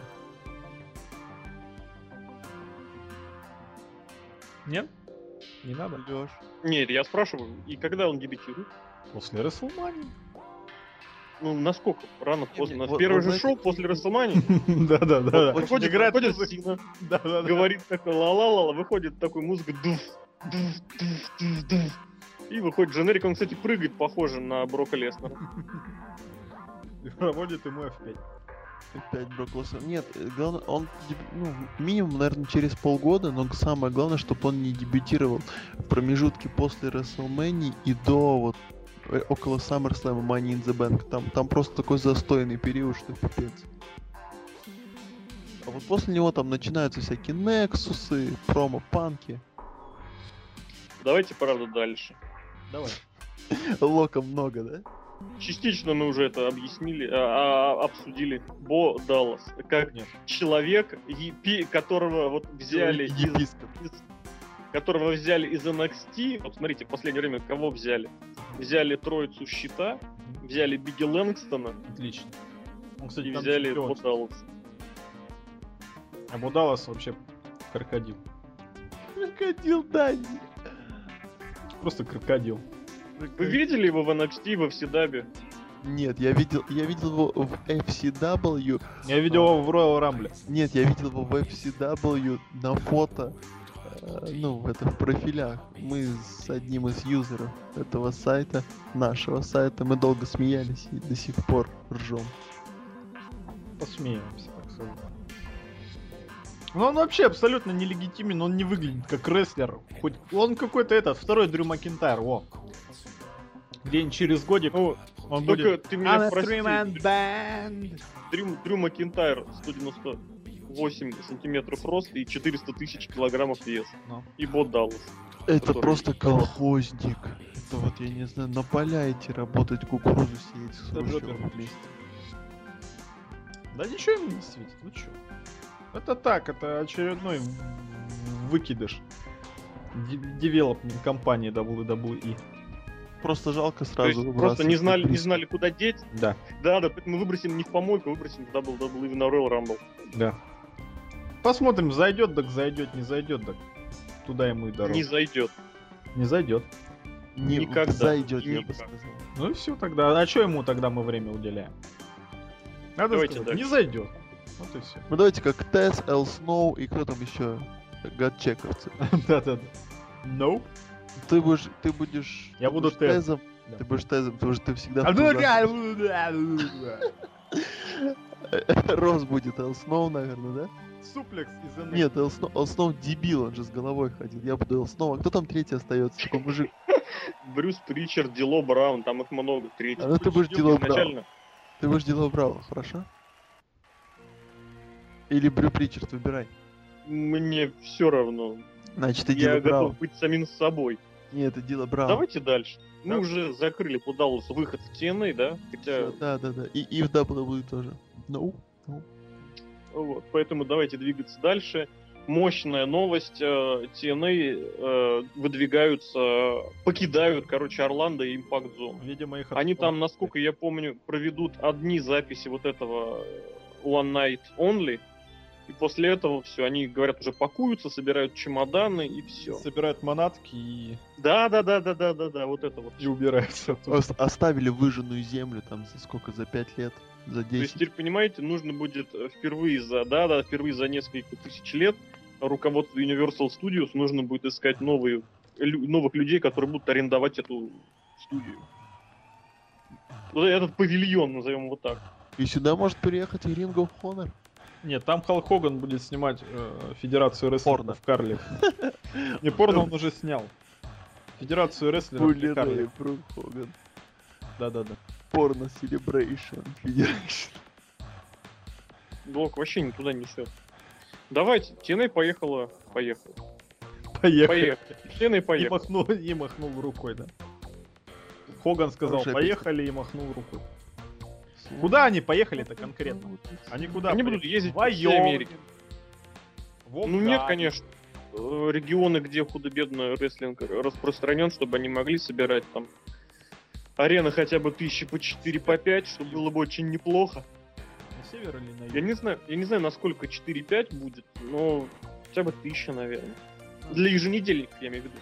Нет? Не надо? Лёш. Нет, я спрашиваю, и когда он дебютирует? После Расселмании. Ну, насколько? Рано, поздно. вот- Первое вот же знаете- шоу после Расселмании. Да-да-да. Выходит, Играет выходит музыка. Сина, Да-да-да. говорит такой ла-ла-ла, выходит такой музыка дуф, дуф, дуф, дуф, дуф. И выходит Дженерик, он, кстати, прыгает, похоже на Брока Леснера. И проводит ему F5. Опять Брок Леснер. Нет, главное, он, минимум, наверное, через полгода, но самое главное, чтобы он не дебютировал в промежутке после WrestleMania и до вот около SummerSlam Money in the Bank. Там просто такой застойный период, что пипец. А вот после него там начинаются всякие Нексусы, промо-панки. Давайте, правда, дальше. Давай. Лока много, да? Частично мы уже это объяснили, обсудили. Бо Даллас. Как Нет. человек, которого вот взяли Епископ. которого взяли из NXT. Вот смотрите, в последнее время кого взяли? Взяли троицу Щита, взяли Бигги Лэнгстона Отлично. Он, кстати, и там взяли чемпион. Бо Далласа. А Бо Даллас вообще крокодил. Крокодил Данди. Просто крокодил. Вы видели его в NXT, во Вседабе? Нет, я видел его в FCW. Я видел его в Royal Rumble. Нет, я видел его в FCW на фото. В профилях. Мы с одним из юзеров этого сайта, нашего сайта, мы долго смеялись и до сих пор ржем. Посмеемся, так сказать. Ну он вообще абсолютно нелегитимен, он не выглядит как рестлер. Хоть он какой-то второй Дрю Макинтайр, о. Где-нибудь через годик Ну, он только будет... ты меня I'm a прости, three-man band. Дрю Макинтайр 198 сантиметров рост и 400 тысяч килограммов вес. Ну. И Бо Даллас. Это Который- просто колхозник. Это вот, я не знаю, на поля идти работать, кукурузу сеять с Это Хрущевым жопер. вместе. Да ничего ему не светит, вы чё? Это так, это очередной выкидыш девелопмент компании WWE. Просто жалко То есть сразу просто не выбрасывать на знали, куда деть. Да, Да, мы выбросим не в помойку, выбросим в WWE на Royal Rumble. да. Посмотрим, зайдет, так зайдет, не зайдет, так туда ему и дорога. Не зайдет. Не зайдет. Не Никогда. зайдет, я бы Никак. сказал. Ну и все тогда. А что ему тогда мы время уделяем? Надо Давайте сказать, дальше. не зайдет. Вот и все. Ну давайте как Тесс, Эл Сноу и кто там еще? Гадчековцы. Да-да-да. Nope. Ты будешь... Я ты буду будешь Тесс. Тезом. Да. Ты будешь Тезом, потому что ты всегда... А в ну, тузах. Рос будет Эл Сноу, наверное, да? Суплекс из NXT. Нет, Эл Сноу дебил, он же с головой ходил. Я буду Эл Сноу. А кто там третий остается? Такой мужик. Брюс Причард, Дило Браун, там их много. Третий. А ну ты будешь Дило Браун. Изначально. Ты будешь Дило Браун, хорошо? Или Брю Причард, выбирай. Мне все равно. Значит, ты Я Дило Браун. готов быть самим собой. Нет, это Дило Браун. Давайте дальше. Мы Да. уже закрыли по Далласу выход в TNA, да? Хотя, Да. И в WWE тоже. Ну. вот, поэтому давайте двигаться дальше. Мощная новость. TNA выдвигаются, покидают, Орландо и Impact Zone. Видимо, их Они там, отпустили. насколько я помню, проведут одни записи вот этого One Night Only. И после этого все, они, говорят, уже пакуются, собирают чемоданы и все. собирают манатки и Да, вот это вот. убираются. оттуда. Оставили выжженную землю там за сколько? За 5 лет? За То есть 10? теперь, понимаете, нужно будет впервые за несколько тысяч лет руководству Universal Studios нужно будет искать новых людей, которые будут арендовать эту студию. Вот этот павильон, назовем его так. И сюда может приехать и Ring of Honor. Нет, там Халк Хоган будет снимать Федерацию Порно. рестлеров в Карле. Не порно он уже снял. Федерацию рестлеров в Карле. Брук Хоган. Да-да-да. Порно Celebration Federation. Блок вообще не туда несет. Давайте, TNA поехала. Поехали. TNA И поехала. махнул рукой, да. Хоган сказал, Хорошая поехали, и махнул рукой. Куда они поехали-то конкретно? Они куда? Они будут ездить по всей Америке. Ну нет, конечно. Регионы, где худо-бедно рестлинг распространен, чтобы они могли собирать там арены хотя бы 1000 по 4 по 5, чтобы было бы очень неплохо. На север или на юг? Я не знаю, насколько 4-5 будет, но хотя бы 1000, наверное. Для еженедельников, я имею в виду.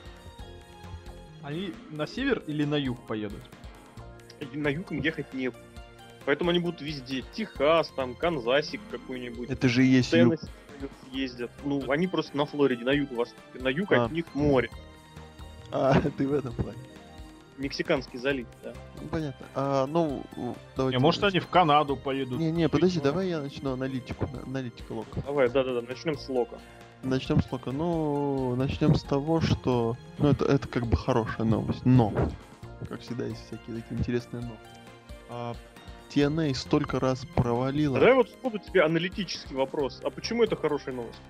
Они на север или на юг поедут? И на юг им ехать не буду. Поэтому они будут везде. Техас, там, Канзасик какой-нибудь. Это же и есть юг. Теннесси ездят. Ну, они просто на Флориде, на юго-востоке. На юг А. от них море. А, ты в этом плане. Мексиканский залив, да. Ну, понятно. Давайте... Не, может они в Канаду поедут? Не, подожди, Ну, давай я начну аналитику лока. Давай, да, начнем с Лока. Начнем с лока. Ну, начнем с того, что... Ну, это как бы хорошая новость. Но, как всегда, есть всякие такие интересные но. TNA столько раз провалила. Давай вот буду тебе аналитический вопрос. А почему это хорошая новость?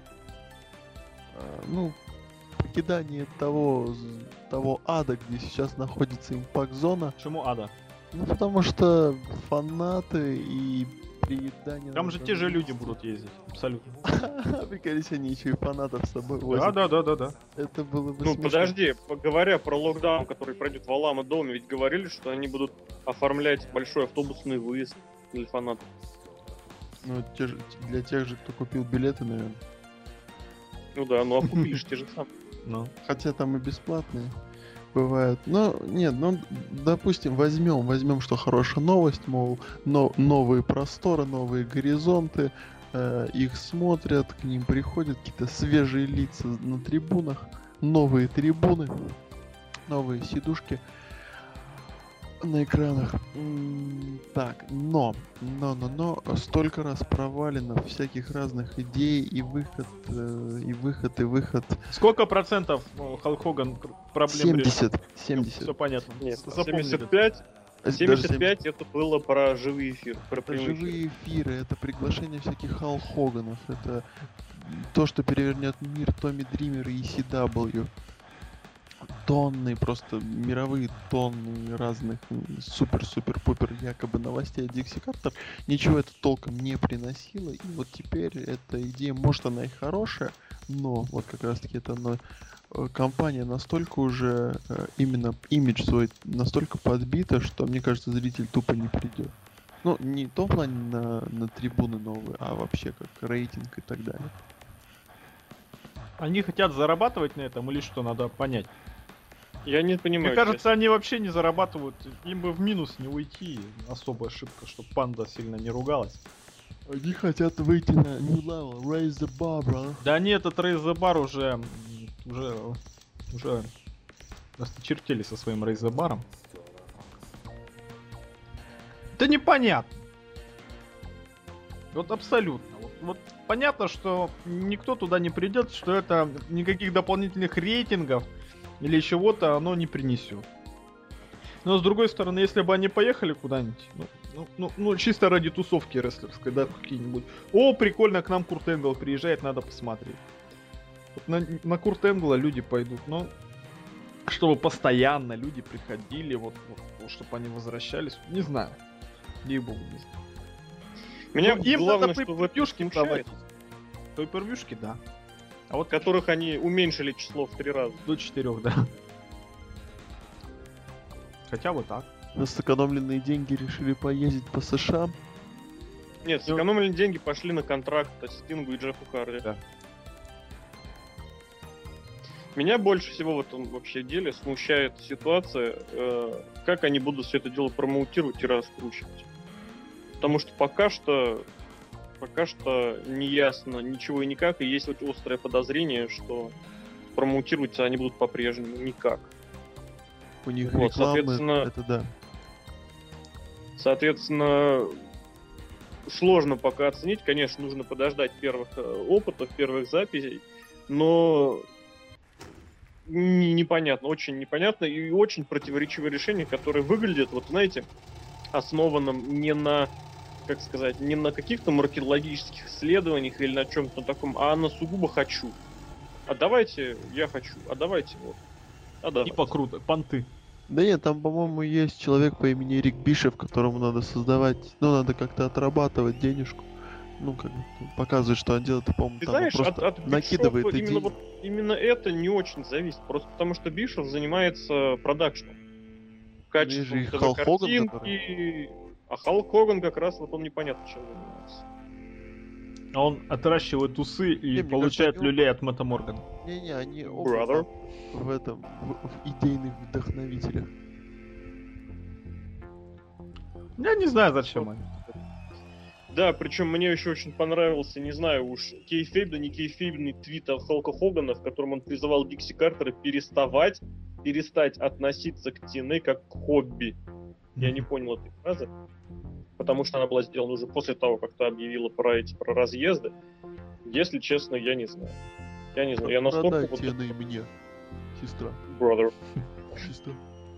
Ну, покидание того ада, где сейчас находится Impact Зона. Почему Ада? Ну, потому что фанаты и Переедание. Там же те же люди будут ездить, абсолютно. Приколись, они еще и фанатов с собой Да, возят. да. Это было бы Ну, смешно. подожди, говоря про локдаун, который пройдет в Алама-Доме, ведь говорили, что они будут оформлять большой автобусный выезд для фанатов. Ну, для тех же, кто купил билеты, наверное. Ну да, ну а купили же те же самые. Ну. Хотя там и бесплатные бывают. Но нет, ну, допустим, возьмем, что хорошая новость, мол, новые просторы, новые горизонты, их смотрят, к ним приходят какие-то свежие лица на трибунах, новые трибуны, новые сидушки на экранах. Так, но столько раз провалено всяких разных идей и выход. Сколько процентов Халк Хоган проблем решил? 70. Все понятно. Нет, Запомнили. 75, Даже 75 это было про живые эфиры, про Это прямые эфиры. живые эфиры, это приглашение всяких Халк Хоганов, это то, что перевернет мир Томми Дримера и ECW. Тонны, просто мировые тонны разных супер-супер-пупер якобы новостей от Дикси Картер. Ничего это толком не приносило. И вот теперь эта идея, может она и хорошая, но вот как раз таки это компания настолько уже именно имидж свой настолько подбита, что мне кажется зритель тупо не придет. Ну, не в том плане на трибуны новые, а вообще как рейтинг и так далее. Они хотят зарабатывать на этом или что, надо понять. Я не понимаю. Мне кажется, они вообще не зарабатывают. Им бы в минус не уйти. Особая ошибка, чтобы панда сильно не ругалась. Они хотят выйти на new level, raise the bar, bro. Да нет, этот Raise the Bar уже осточертели со своим Raise the Bar'ом. Да непонятно. Вот абсолютно. Вот понятно, что никто туда не придет, что это никаких дополнительных рейтингов или чего-то оно не принесет. Но с другой стороны, если бы они поехали куда-нибудь, ну чисто ради тусовки рестлерской, да, какие-нибудь. О, прикольно, к нам Курт Энгл приезжает, надо посмотреть. Вот на Курт Энгла люди пойдут, но чтобы постоянно люди приходили, вот чтобы они возвращались, не знаю. Ей-богу, не знаю. Меня Ну, им главное, надо что в этом пейпервьюшки смущает, давать. Пейпервьюшки, да. А вот которых они уменьшили число в 3 раза. до 4, да. Хотя бы так. На сэкономленные деньги решили поездить по США. Нет, сэкономленные деньги пошли на контракт Стингу и Джеффу Харди. Да. Меня больше всего в этом вообще деле смущает ситуация, как они будут все это дело промоутировать и раскручивать. Потому что пока что не ясно ничего и никак, и есть вот острое подозрение, что промоутироваться они будут по-прежнему никак. У них Вот, рекламы, соответственно, это да. Соответственно, сложно пока оценить. Конечно, нужно подождать первых опытов, первых записей, но непонятно, очень непонятно и очень противоречивое решение, которое выглядит, вот знаете, основанным не на, как сказать, не на каких-то маркетологических исследованиях или на чем-то таком, а на сугубо хочу. А давайте, я хочу, а давайте вот. А давайте. Типа круто, понты. Да нет, там, по-моему, есть человек по имени Рик Бишев, которому надо создавать, ну, надо как-то отрабатывать денежку. Ну, как бы, показывать, что он делает, по-моему, Ты там знаешь, он просто от накидывает Бишофа идеи. именно это не очень зависит. Просто потому что Бишов занимается продакшном. Качеством Есть же и Халк Хоган, картинки. А Халк Хоган как раз вот он непонятно чем занимается. А он отращивает усы и Не, мне получает кажется, они люлей от Мэтта Моргана. Не-не, они Brother. оба в этом, в идейных вдохновителях. Я не знаю, зачем они. Да, причем мне еще очень понравился, не знаю уж, кейфейб, да не кейфейбный твит от Халка Хогана, в котором он призывал Дикси Картера перестать относиться к TNA как к хобби. Я не понял этой фразы, потому что она была сделана уже после того, как ты объявила про разъезды. Если честно, я не знаю. Я настолько... Продай TNA мне, сестра. Brother. Сестра.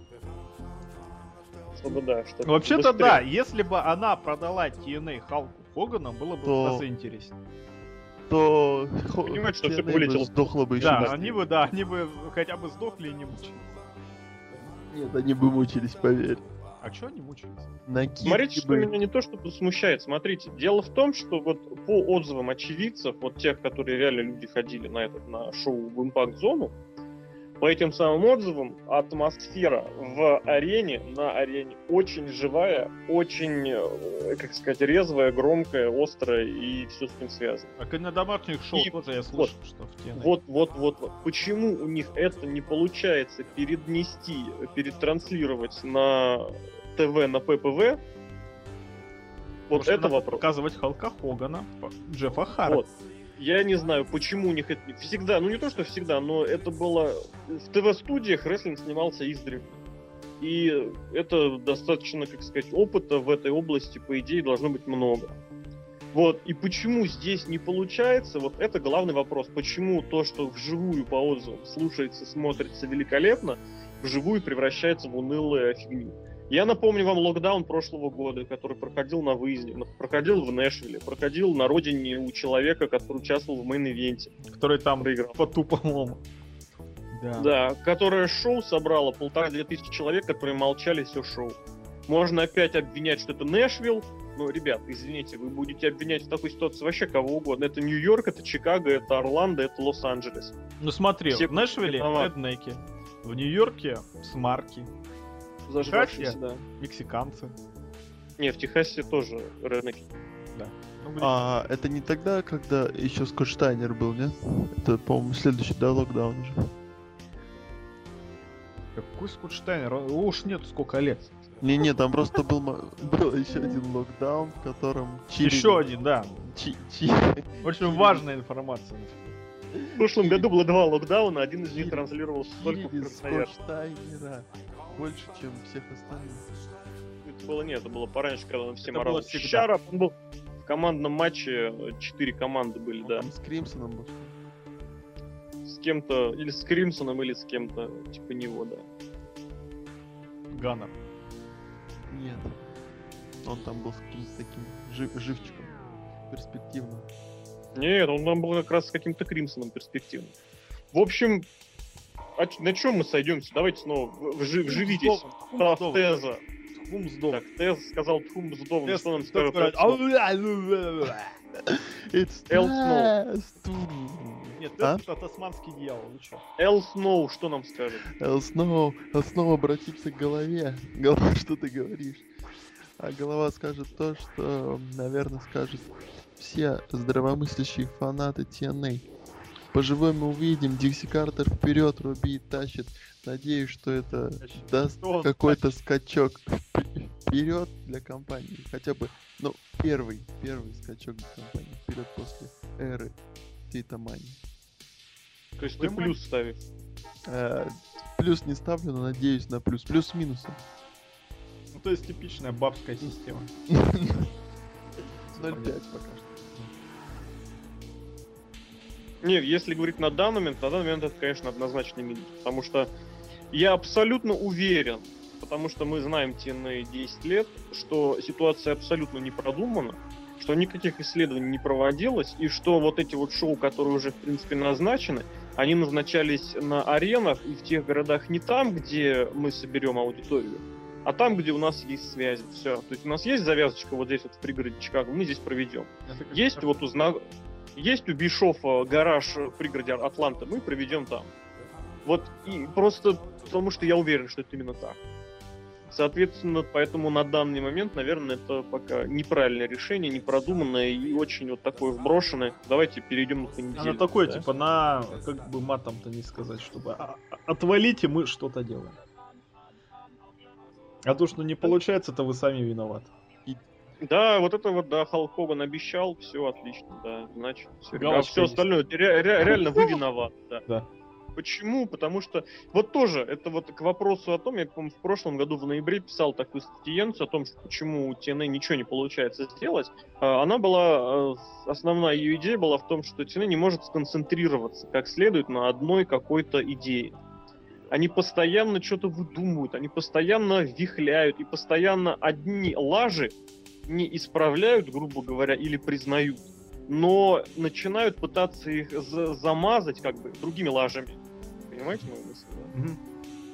Чтобы, да, чтобы Вообще-то быстрее. да, если бы она продала TNA Халку Хогану, было бы То- в разы интереснее. То Понимаете, что всё TNA бы вылетело. сдохла бы еще. Да, быстрее. они бы хотя бы сдохли и не мучились. Нет, они бы мучились, поверь. А чё они мучаются? Смотрите, что меня не то чтобы смущает. Смотрите, дело в том, что вот по отзывам очевидцев, вот тех, которые реально люди ходили на шоу в Импакт-зону, по этим самым отзывам атмосфера на арене очень живая, очень, как сказать, резвая, громкая, острая и все с ним связано. А на домашних шоу тоже я слышал, что в теме. Вот. Почему у них это не получается перетранслировать на ТВ, на ППВ? Вот это вопрос. Показывать Халка Хогана, Джеффа Харди. Вот. Я не знаю, почему у них это всегда, ну не то, что всегда, но это было... В ТВ-студиях рестлинг снимался издревле. И это достаточно, как сказать, опыта в этой области, по идее, должно быть много. Вот. И почему здесь не получается, вот это главный вопрос. Почему то, что вживую по отзывам слушается, смотрится великолепно, вживую превращается в унылую фигню. Я напомню вам локдаун прошлого года, который проходил на выезде, проходил в Нэшвилле, проходил на родине у человека, который участвовал в мейн-ивенте. Который там проиграл. По-тупому. Да, которое шоу собрало 1500-2000 человек, которые молчали все шоу. Можно опять обвинять, что это Нэшвилл, но, ребят, извините, вы будете обвинять в такой ситуации вообще кого угодно. Это Нью-Йорк, это Чикаго, это Орландо, это Лос-Анджелес. Ну смотри, все в Нэшвилле реднеки, в Нью-Йорке смарки. Зажравшиеся, да. Мексиканцы. Не, в Техасе тоже реднеки. Да. Ну, это не тогда, когда еще Скотт Штайнер был, нет? Это, по-моему, следующий, да, локдаун уже. Какой Скотт Штайнер? Уж нет, сколько лет. Не, там просто был еще один локдаун, в котором... Еще один, да. Очень важная информация. В прошлом году было 2 локдауна, один из них транслировался только в Красноярске. Штайнера больше, чем всех остальных. Это было пораньше, когда он всем орал. Щара, он был в командном матче, 4 команды были, да. С Кримсоном был. С кем-то, или с Кримсоном, или с кем-то, типа него, да. Ганнер. Нет. Он там был с каким-то таким живчиком. Перспективным. Нет, он там был как раз с каким-то Кримсоном перспективным. В общем, на чем мы сойдемся? Давайте снова вживитесь в Теза. Тхумсдов. Так, Тез сказал Тхумсдов, ну что нам скажет? It's Эл Сноу. Нет, это тасманский дьявол, вы чё? Эл Сноу, что нам скажет? Эл Сноу обратится к голове. Голова, что ты говоришь? А голова скажет то, что, наверное, скажет все здравомыслящие фанаты TNA. Поживем мы увидим, Дикси Картер вперед рубит, тащит. Надеюсь, что это даст какой-то скачок вперед для компании. Хотя бы, ну, первый скачок для компании вперед после эры Тейтамани. То есть ты плюс ставишь? Плюс не ставлю, но надеюсь на плюс. Плюс с минусом. Ну, то есть типичная бабская система. 0,5 пока что. Нет, если говорить на данный момент это, конечно, однозначный минус. Потому что я абсолютно уверен, потому что мы знаем TNA 10 лет, что ситуация абсолютно не продумана, что никаких исследований не проводилось, и что вот эти вот шоу, которые уже, в принципе, назначены, они назначались на аренах и в тех городах не там, где мы соберем аудиторию, а там, где у нас есть связи. Все. То есть у нас есть завязочка вот здесь вот в пригороде Чикаго, мы здесь проведем. Есть вот есть у Бишофа гараж в пригороде Атланты, мы проведем там. Вот и просто потому, что я уверен, что это именно так. Соответственно, поэтому на данный момент, наверное, это пока неправильное решение, непродуманное и очень вот такое вброшенное. Давайте перейдем на понедельник. Оно такое, да? Типа, как бы матом-то не сказать, чтобы отвалите, мы что-то делаем. А то, что не получается, то вы сами виноваты. Да, вот это вот, да, Халк Хоган обещал, все отлично, да, значит, все. А все остальное, реально вы виноваты, да. Почему? Потому что, вот тоже, это вот к вопросу о том, я, по-моему, в прошлом году в ноябре писал такую статьенцию о том, что почему у TNA ничего не получается сделать. Она была, основная ее идея была в том, что TNA не может сконцентрироваться как следует на одной какой-то идее. Они постоянно что-то выдумывают, они постоянно вихляют, и постоянно одни лажи не исправляют, грубо говоря, или признают, но начинают пытаться их замазать как бы другими лажами. Понимаете мою мысль? Да?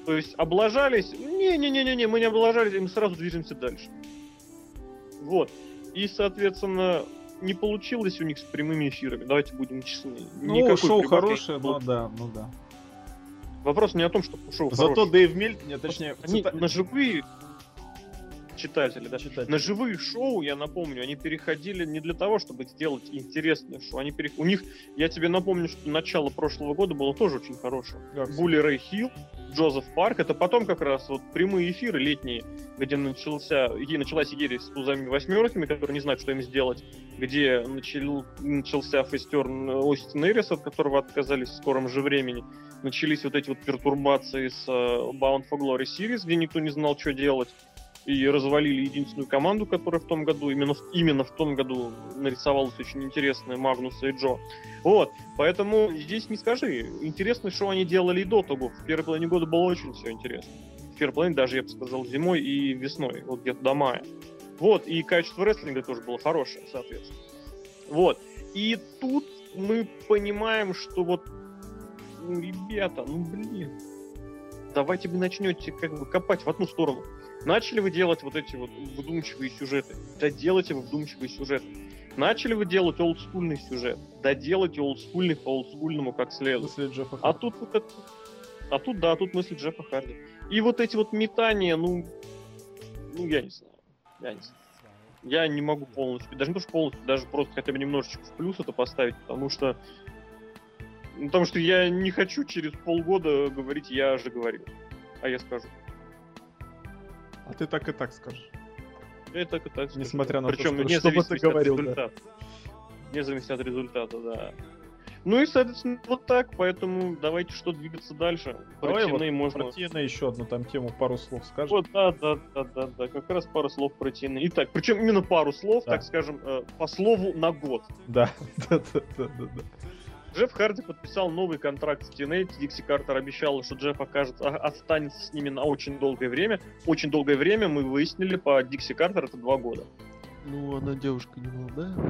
То есть облажались, не-не-не-не, мы не облажались, и мы сразу движемся дальше. Вот. И, соответственно, не получилось у них с прямыми эфирами, давайте будем честны. Ну, Никакой шоу прибавки хорошее, не было. ну да. Вопрос не о том, что шоу Зато хорошее. Дэйв Мельт, нет, точнее, Они на живые читатели, да? Читатели. На живые шоу, я напомню, они переходили не для того, чтобы сделать интересное шоу. У них, я тебе напомню, что начало прошлого года было тоже очень хорошее. Как? Булли Рэй Хилл, Джозеф Парк, это потом как раз вот прямые эфиры летние, где началась игра с тузами восьмерками, которые не знают, что им сделать, где начался фейстерн Остина Эриса, от которого отказались в скором же времени. Начались вот эти вот пертурбации с Bound for Glory Series, где никто не знал, что делать. И развалили единственную команду, которая в том году, именно в том году нарисовалась очень интересная, Магнуса и Джо. Вот, поэтому здесь не скажи. Интересное шоу они делали и до того. В первой половине года было очень все интересно. В первой половине даже, я бы сказал, зимой и весной, вот где-то до мая. Вот, и качество рестлинга тоже было хорошее, соответственно. Вот, и тут мы понимаем, что вот, ребята, давайте вы начнете как бы копать в одну сторону. Начали вы делать вот эти вот вдумчивые сюжеты, да делайте вы вдумчивые сюжеты. Начали вы делать олдскульный сюжет, да делайте олдскульный по олдскульному как следует. Мысли Джеффа А Харди. тут вот это... тут мысли Джеффа Харди. И вот эти вот метания, я не знаю. Я не могу полностью, даже не то, что полностью, даже просто хотя бы немножечко в плюс это поставить, потому что я не хочу через полгода говорить, я же говорил. А я скажу. А ты так и так скажешь. Я так и так скажу. Несмотря на Причем, то, что бы ты говорил, да. Вне зависимости от результата, да. Ну и, соответственно, вот так, поэтому давайте что двигаться дальше. Давай Про TNA вот можно... про TNA еще одну там тему, пару слов скажешь. Вот, да, как раз пару слов про TNA. Итак, причем именно пару слов, Да. так скажем, по слову на год. Да. Джефф Харди подписал новый контракт с TNA. Дикси Картер обещала, что Джефф останется с ними на очень долгое время. Очень долгое время мы выяснили по Дикси Картер, это 2 года. Ну, она девушка не молодая.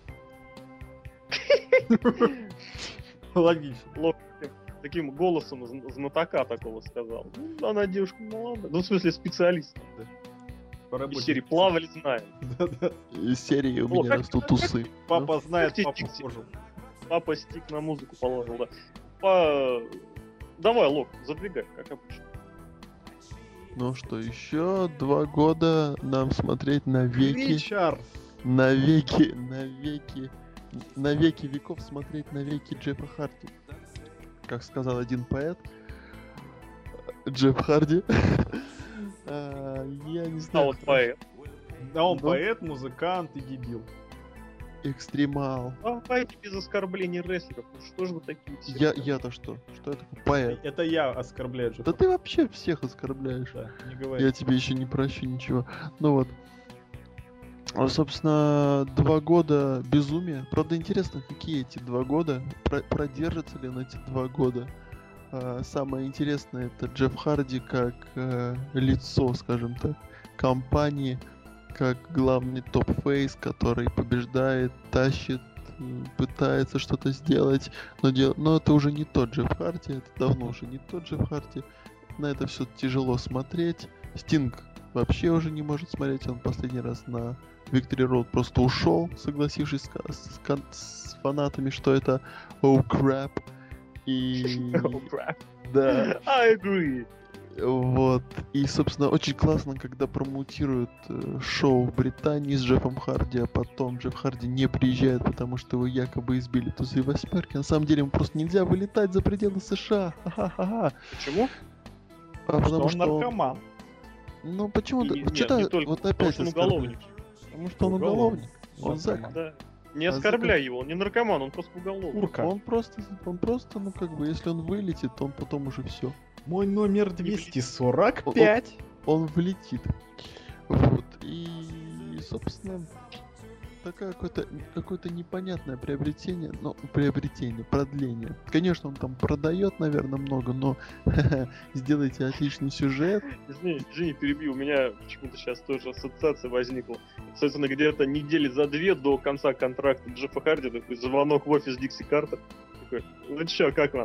Логично. Таким голосом знатока такого сказал. Ну, она девушка молодая. Ну, в смысле, специалист. Из серии плавали, знаем. Да-да. Из серии у О, меня как- растут усы. Папа знает, Как папа Дикси? похожий. Папа стик на музыку положил, да. Давай, Лок, задвигай, как обычно. Ну что, еще 2 года нам смотреть на веки веков смотреть на веки Джеффа Харди. Как сказал один поэт, Джефф Харди. Я не А знаю. вот поэт. Да, он Ну. поэт, музыкант и дебил. Экстремал. Давайте без оскорблений рестлеров. Ну что же вы такие все? Я-то что? Что я такой поэт? Это я оскорбляю Джеффа. Да ты вообще всех оскорбляешь. Да, не говори. Я тебе еще не прощу ничего. Ну вот. Собственно, 2 года безумия. Правда, интересно, какие эти 2 года? Продержится ли он эти 2 года? Самое интересное, это Джефф Харди как лицо, скажем так, компании, как главный топ-фейс, который побеждает, тащит, пытается что-то сделать, но это уже не тот Джефф Харди, это давно уже не тот Джефф Харди. На это все тяжело смотреть. Стинг вообще уже не может смотреть, он последний раз на Victory Road просто ушел, согласившись с фанатами, что это oh crap. И... Да. I agree. Вот. И, собственно, очень классно, когда промоутируют шоу в Британии с Джеффом Харди, а потом Джефф Харди не приезжает, потому что его якобы избили тузы восьмерки. На самом деле ему просто нельзя вылетать за пределы США. Ха-ха-ха. Почему? Потому что он наркоман. Ну почему-то... Нет, Что-то не только, вот потому опять что он оскорбляешь. уголовник. Потому что он уголовник. Он Наркоман. Да. Не оскорбляй его, он не наркоман, он просто уголовник. Курка. Он просто, ну как бы, если он вылетит, то он потом уже все. Мой номер 245. Он влетит. Вот. И, собственно, такое какое-то непонятное приобретение, продление. Конечно, он там продает, наверное, много, но сделайте отличный сюжет. Извини, перебью, у меня почему-то сейчас тоже ассоциация возникла. Собственно, где-то недели за 2 до конца контракта Джеффа Харди такой звонок в офис Дикси Картер. Такой, ну чё, как вам?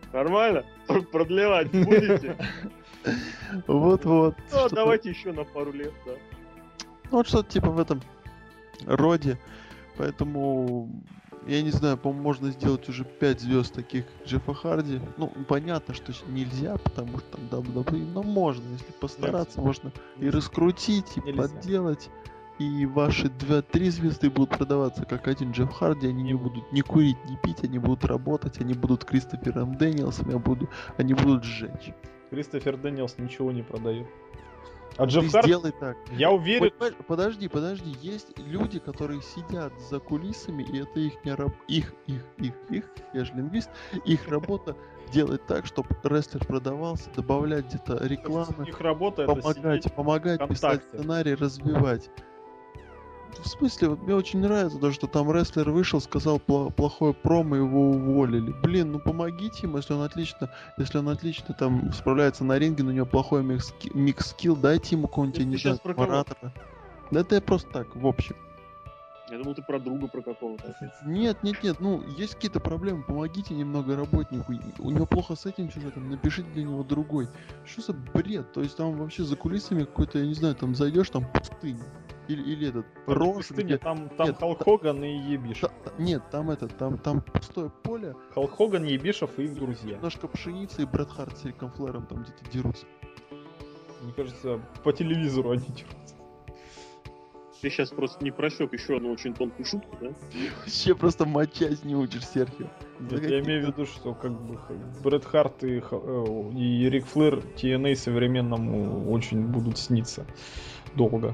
Нормально? Продлевать будете? Вот-вот. Ну, Что-то- давайте еще на пару лет, да. Ну, вот что-то типа в этом роде. Поэтому, я не знаю, по-моему, можно сделать уже 5 звезд таких Джеффа Харди. Ну, понятно, что нельзя, потому что там WWE, но можно, если постараться, можно и раскрутить, и Нельзя. подделать. И ваши 2-3 звезды будут продаваться как один Джефф Харди, они не будут ни курить, ни пить, они будут работать, они будут Кристофером Дэниелсом, они будут сжечь. Кристофер Дэниелс ничего не продает. А Джефф Ты Харди, сделай так. я уверен, Понимаешь, подожди, есть люди, которые сидят за кулисами, и это их не я же лингвист, их работа делать так, чтобы рестлер продавался, добавлять где-то рекламы, их работа это сидеть. помогать писать ВКонтакте. сценарий, развивать. В смысле, вот мне очень нравится то, что там рестлер вышел, сказал плохое промо, его уволили. Блин, ну помогите ему, если он отлично там справляется на ринге, но у него плохой микс-скилл, дайте ему какого-нибудь, я Ты не сейчас знаю, про кого? оратора. Да это я просто так, в общем. Я думал, ты про друга про какого-то опять. Нет, ну, есть какие-то проблемы, помогите немного работнику. У него плохо с этим сюжетом, напишите для него другой. Что за бред? То есть там вообще за кулисами какой-то, я не знаю, там зайдешь, там пустыня. Или этот, рожь, Пустыня, где... там Нет, Халк Хоган и Ебишев. Нет, там пустое поле, Халк Хоган, Ебишев и их друзья. немножко пшеницы и Брэд Харт с Риком Флэром там где-то дерутся. Мне кажется, по телевизору они дерутся. Ты сейчас просто не просек еще одну очень тонкую шутку, да? Вообще просто мочать не учишь, Серхио. Нет, я имею в виду, что как бы Брэд Харт и Рик Флэр TNA современному очень будут сниться долго.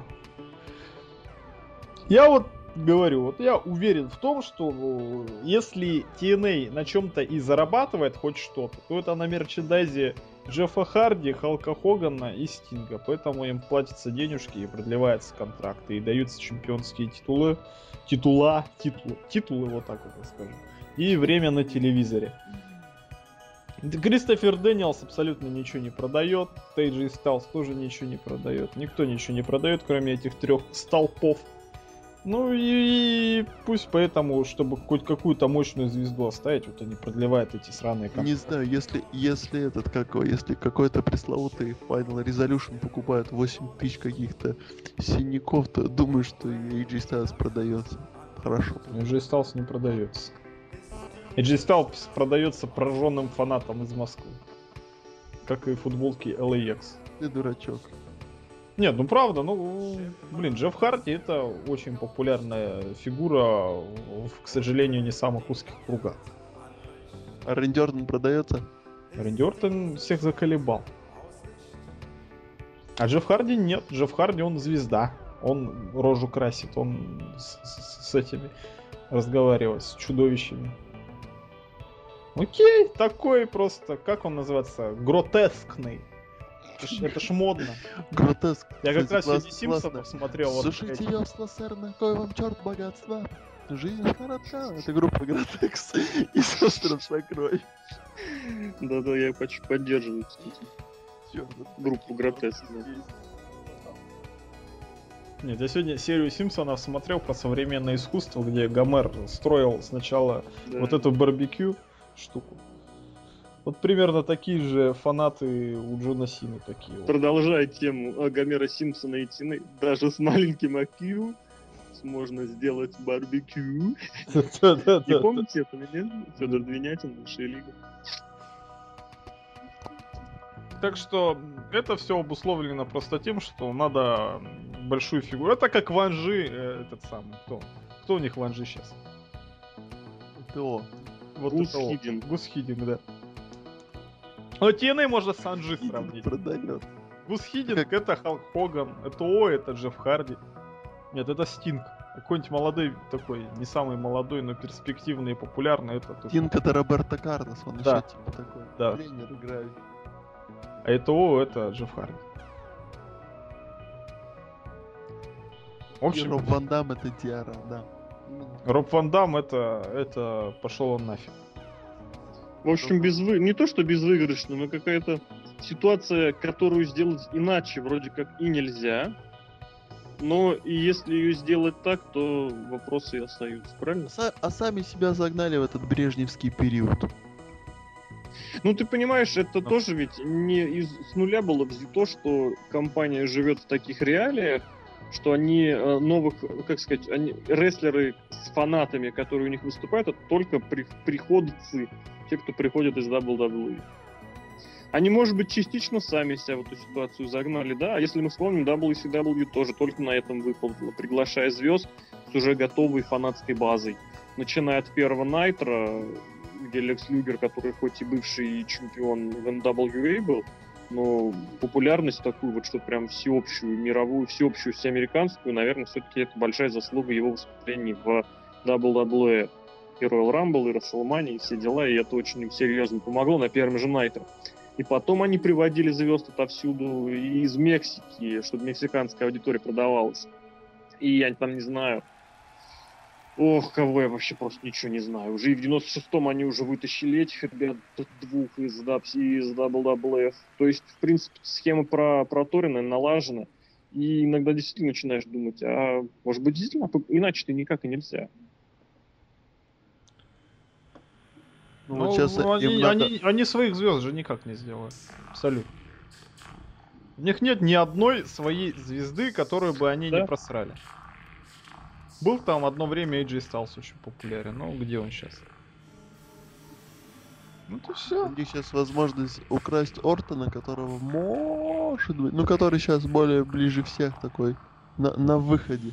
Я вот говорю, вот я уверен в том, что если TNA на чем-то и зарабатывает хоть что-то, то это на мерчендайзе Джеффа Харди, Халка Хогана и Стинга. Поэтому им платятся денежки и продлеваются контракты. И даются чемпионские титулы, вот так вот я скажу. И время на телевизоре. Кристофер Дэниелс абсолютно ничего не продает. AJ Styles тоже ничего не продает. Никто ничего не продает, кроме этих 3 столпов. Ну и пусть поэтому, чтобы хоть какую-то мощную звезду оставить, вот они продлевают эти сраные контракты. Не знаю, если какой-то пресловутый Final Resolution покупает 8 тысяч каких-то синяков, то думаю, что и AJ Styles продается. Хорошо. AJ Styles не продается. AJ Styles продается прожженным фанатам из Москвы. Как и футболки LAX. Ты дурачок. Нет, ну правда, блин, Джефф Харди это очень популярная фигура к сожалению, не самых узких кругах. А Рэнди Ортон продается? Рэнди Ортон всех заколебал. А Джефф Харди нет. Джефф Харди он звезда. Он рожу красит, он с этими разговаривает, с чудовищами. Окей, такой просто, как он называется, гротескный. Это ж модно. Гротеск. Я как Кстати, раз сегодня Симпсонов смотрел. Вот Слушайте, весла, сэр, на кой вам черт богатства? Жизнь коротка. Это группа Гротекс и с остров сокровищ. Да-да, я поддерживаю, кстати, Чёрт, группу Гротеск. Да. Нет, я сегодня серию Симпсонов смотрел про современное искусство, где Гомер строил сначала Да. вот эту барбекю штуку. Вот примерно такие же фанаты у Джона Сины такие. Вот. Продолжая тему Гомера Симпсона и Тины, даже с маленьким IQ можно сделать барбекю. Не Да-да-да. помните этого, нет? Федор Двинятин, Высшая лига. Так что это все обусловлено просто тем, что надо большую фигуру. Это как Ванжи, этот самый, кто у них Ванжи сейчас? ТО. Вот Гус это вот. Хидинг. Гус Хидинг, да. Но TNA можно с Санджи сравнить. Продает. Гус Хидинг это Халк Хоган, это это Джефф Харди. Нет, это Стинг. Какой-нибудь молодой такой, не самый молодой, но перспективный и популярный. Это только- Тинк это Роберто Карлос, он Да. еще типа такой. Да. Тренер играет. А это Джефф Харди. В И общем, Роб Ван Дам это Диара, да. Именно. Роб Ван Дам это пошел он нафиг. В общем, не то что безвыигрышно, но какая-то ситуация, которую сделать иначе вроде как и нельзя. Но и если ее сделать так, то вопросы и остаются, правильно? А сами себя загнали в этот брежневский период. Ну, ты понимаешь, это Ну. тоже ведь не с нуля было взято, что компания живет в таких реалиях, что они новых, как сказать, рестлеры с фанатами, которые у них выступают, это только приходцы, те, кто приходят из WWE. Они, может быть, частично сами себя в эту ситуацию загнали, да? А если мы вспомним, WCW тоже только на этом выполнила, приглашая звезд с уже готовой фанатской базой. Начиная от первого Найтра, где Лекс Люгер, который хоть и бывший чемпион в NWA был, но популярность такую вот, что прям всеобщую, мировую, всеобщую, всеамериканскую, наверное, все-таки это большая заслуга его выступлений в WWE. И Royal Rumble, и WrestleMania, и все дела, и это очень им серьезно помогло на первом же Найтре. И потом они приводили звезд отовсюду, и из Мексики, чтобы мексиканская аудитория продавалась. И я там не знаю. Ох, кого я вообще просто ничего не знаю. Уже и в 96-м они уже вытащили этих ребят двух из WWF. То есть, в принципе, схема проторена, налажена. И иногда действительно начинаешь думать, а может быть, действительно, иначе-то никак и нельзя. Ну, вот сейчас им надо... они своих звезд же никак не сделают. Абсолютно. У них нет ни одной своей звезды, которую бы они не просрали. Был там одно время AJ Styles очень популярен, но где он сейчас? Ну то все. У них сейчас возможность украсть Ортона, которого может быть, ну который сейчас более ближе всех такой на выходе.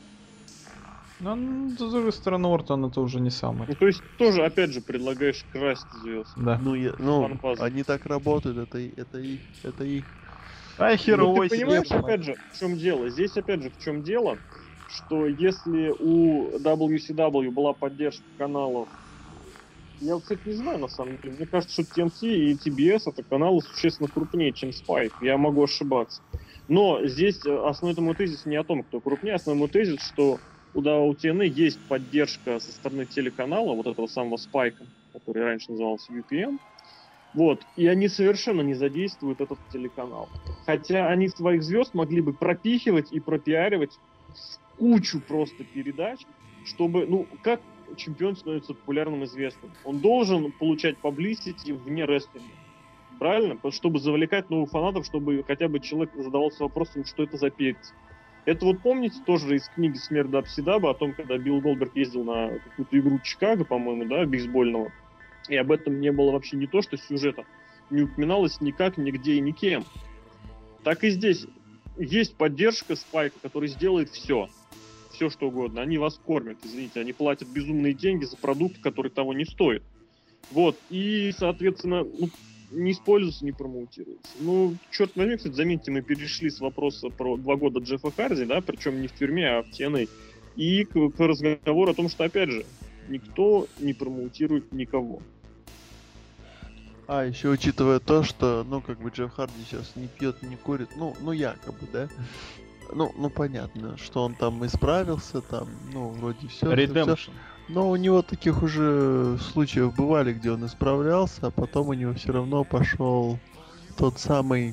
Но с другой стороны, Ортон это уже не самый. Ну, то есть тоже, опять же, предлагаешь красть звезд. Да. Они так работают, это их. А ты понимаешь, опять же, в чем дело? Здесь, опять же, в чем дело, что если у WCW была поддержка каналов, я вот, кстати, не знаю, на самом деле, мне кажется, что TNT и TBS это каналы существенно крупнее, чем Spike, я могу ошибаться. Но здесь основной мой тезис не о том, кто крупнее, основной мой тезис, что у TNA есть поддержка со стороны телеканала, вот этого самого Spike, который раньше назывался UPN, вот, и они совершенно не задействуют этот телеканал. Хотя они своих звезд могли бы пропихивать и пропиаривать кучу просто передач, чтобы, ну, как чемпион становится популярным, известным? Он должен получать паблисити вне рестлинга. Правильно? Чтобы завлекать новых фанатов, чтобы хотя бы человек задавался вопросом, что это за перец. Это вот помните тоже из книги «Смерть Дабсидаба» о том, когда Билл Голдберг ездил на какую-то игру Чикаго, по-моему, да, бейсбольного. И об этом не было вообще не то, что сюжета не упоминалось никак, нигде и никем. Так и здесь есть поддержка Спайка, который сделает все что угодно. Они вас кормят, извините, они платят безумные деньги за продукт, который того не стоит. Вот, и, соответственно, не используется, не промоутируется. Ну, черт возьми, кстати, заметьте, мы перешли с вопроса про 2 года Джеффа Харди, да, причем не в тюрьме, а в TNA, и к разговору о том, что, опять же, никто не промоутирует никого. А, еще учитывая то, что, ну, как бы Джефф Харди сейчас не пьет, не курит, ну, якобы, да? Ну, понятно, что он там исправился, там, ну, вроде все. Redemption. Но у него таких уже случаев бывали, где он исправлялся, а потом у него все равно пошел тот самый,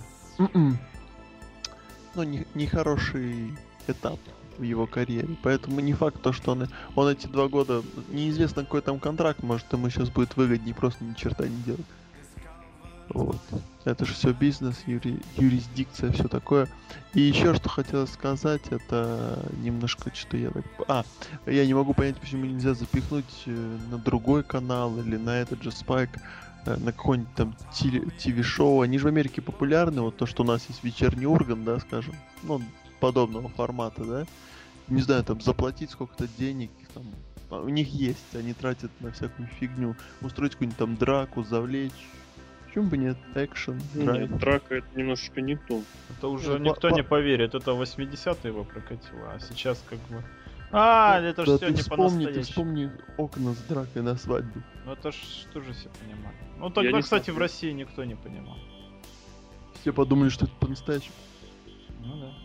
ну, нехороший этап в его карьере. Поэтому не факт то, что он эти 2 года, неизвестно какой там контракт, может ему сейчас будет выгоднее просто ни черта не делать. Вот. Это же все бизнес, юрисдикция, все такое. И еще что хотелось сказать, это немножко что я так... я не могу понять, почему нельзя запихнуть на другой канал или на этот же Spike, на какой-нибудь там ТВ-шоу. Они же в Америке популярны, вот то, что у нас есть вечерний Ургант, да, скажем, ну, подобного формата, да. Не знаю, там заплатить сколько-то денег, там, у них есть, они тратят на всякую фигню, устроить какую-нибудь там драку, завлечь. Почему бы нет? Экшен, драйв. Нет, драка это немножечко не то. Это уже никто не поверит. Это 80-е его прокатило, а сейчас как бы... это же все не по-настоящему. Ты вспомни окна с дракой на свадьбе. Ну это ж тоже все понимали. Ну тогда, кстати, в России никто не понимал. Все подумали, что это по-настоящему. Ну да.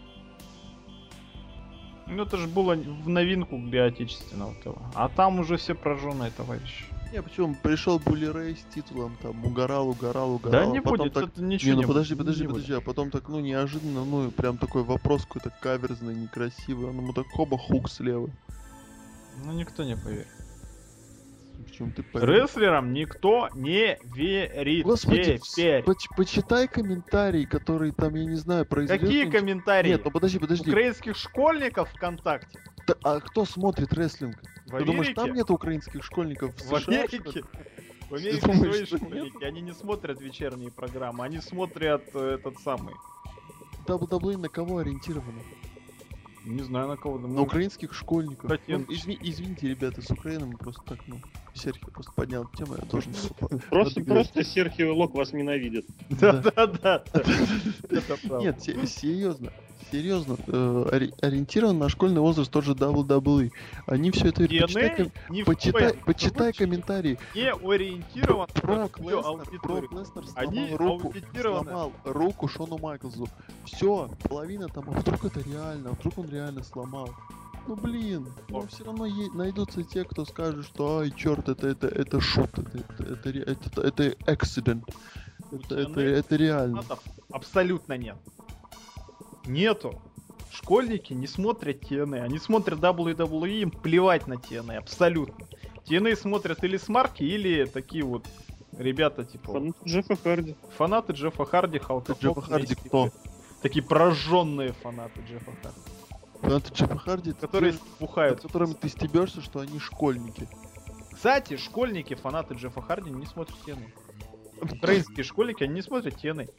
Ну это же было в новинку для отечественного ТВ. А там уже все прожженные товарищи. Не, почему? Пришел Булли Рэй с титулом, там, угорал. Да не будет, так... это ничего не подожди, а потом так, ну, неожиданно, ну, прям такой вопрос какой-то каверзный, некрасивый, он ему так хоба, хук слева. Ну, никто не поверит. Почему ты поверил? Рестлерам никто не верит. Господи, Теперь. почитай комментарии, которые там, я не знаю, произойдут. Какие комментарии? Нет, ну подожди. Украинских школьников ВКонтакте? А кто смотрит рестлинг? В Ты думаешь, Америке? там нет украинских школьников в В США, что ли? Америке? В Америке думаешь, свои что школьники, они не смотрят вечерние программы, они смотрят этот самый. WWE на кого ориентировано? Не знаю на кого. На украинских школьников. Кстати, Ну, извините, ребята, с Украины мы просто так, Серхио просто поднял эту тему, я должен... Просто Серхио Лок вас ненавидит. Да. Это правда. Нет, серьезно, ориентирован на школьный возраст тот же WWE. Они все это... DNA ни в Почитай коем комментарии. не ориентирован на Брок свою Леснар аудиторию. сломал аудитированы. сломал руку Шону Майклзу. Все, половина там, а вдруг это реально, вдруг он реально сломал. Ну блин, но все равно найдутся те, кто скажет, что ай, черт, это шут, это accident. Это реально. Абсолютно нет. Нету. Школьники не смотрят TNA, они смотрят WWE, им плевать на TNA, абсолютно. TNA смотрят или смарки, или такие вот ребята, типа... Фанаты Джеффа Харди. Фанаты Джеффа Харди, Халка Джеффа Харди кто? Такие прожженные фанаты Джеффа Харди. Фанаты Джеффа Харди, Которые бухают. над которыми ты стебешься, что они школьники. Кстати, школьники, фанаты Джеффа Харди, не смотрят TNA. Украинские школьники, они не смотрят TNA.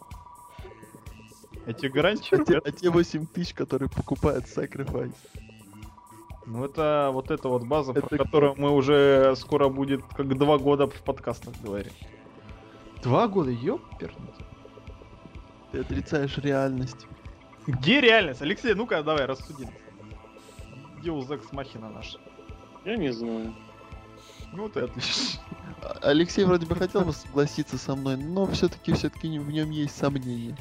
Я тебе гарантирую. А те 8 тысяч, которые покупают Sacrifice. Ну это вот база, Это про которую мы уже скоро будет как 2 года в подкастах говорим. 2 года, ёпернуть. Ты отрицаешь реальность. Где реальность? Алексей, ну-ка давай, рассуди. Где у Зекс Махина наша? Я не знаю. Ну ты отлично. Алексей вроде бы хотел бы согласиться со мной, но все-таки в нем есть сомнения.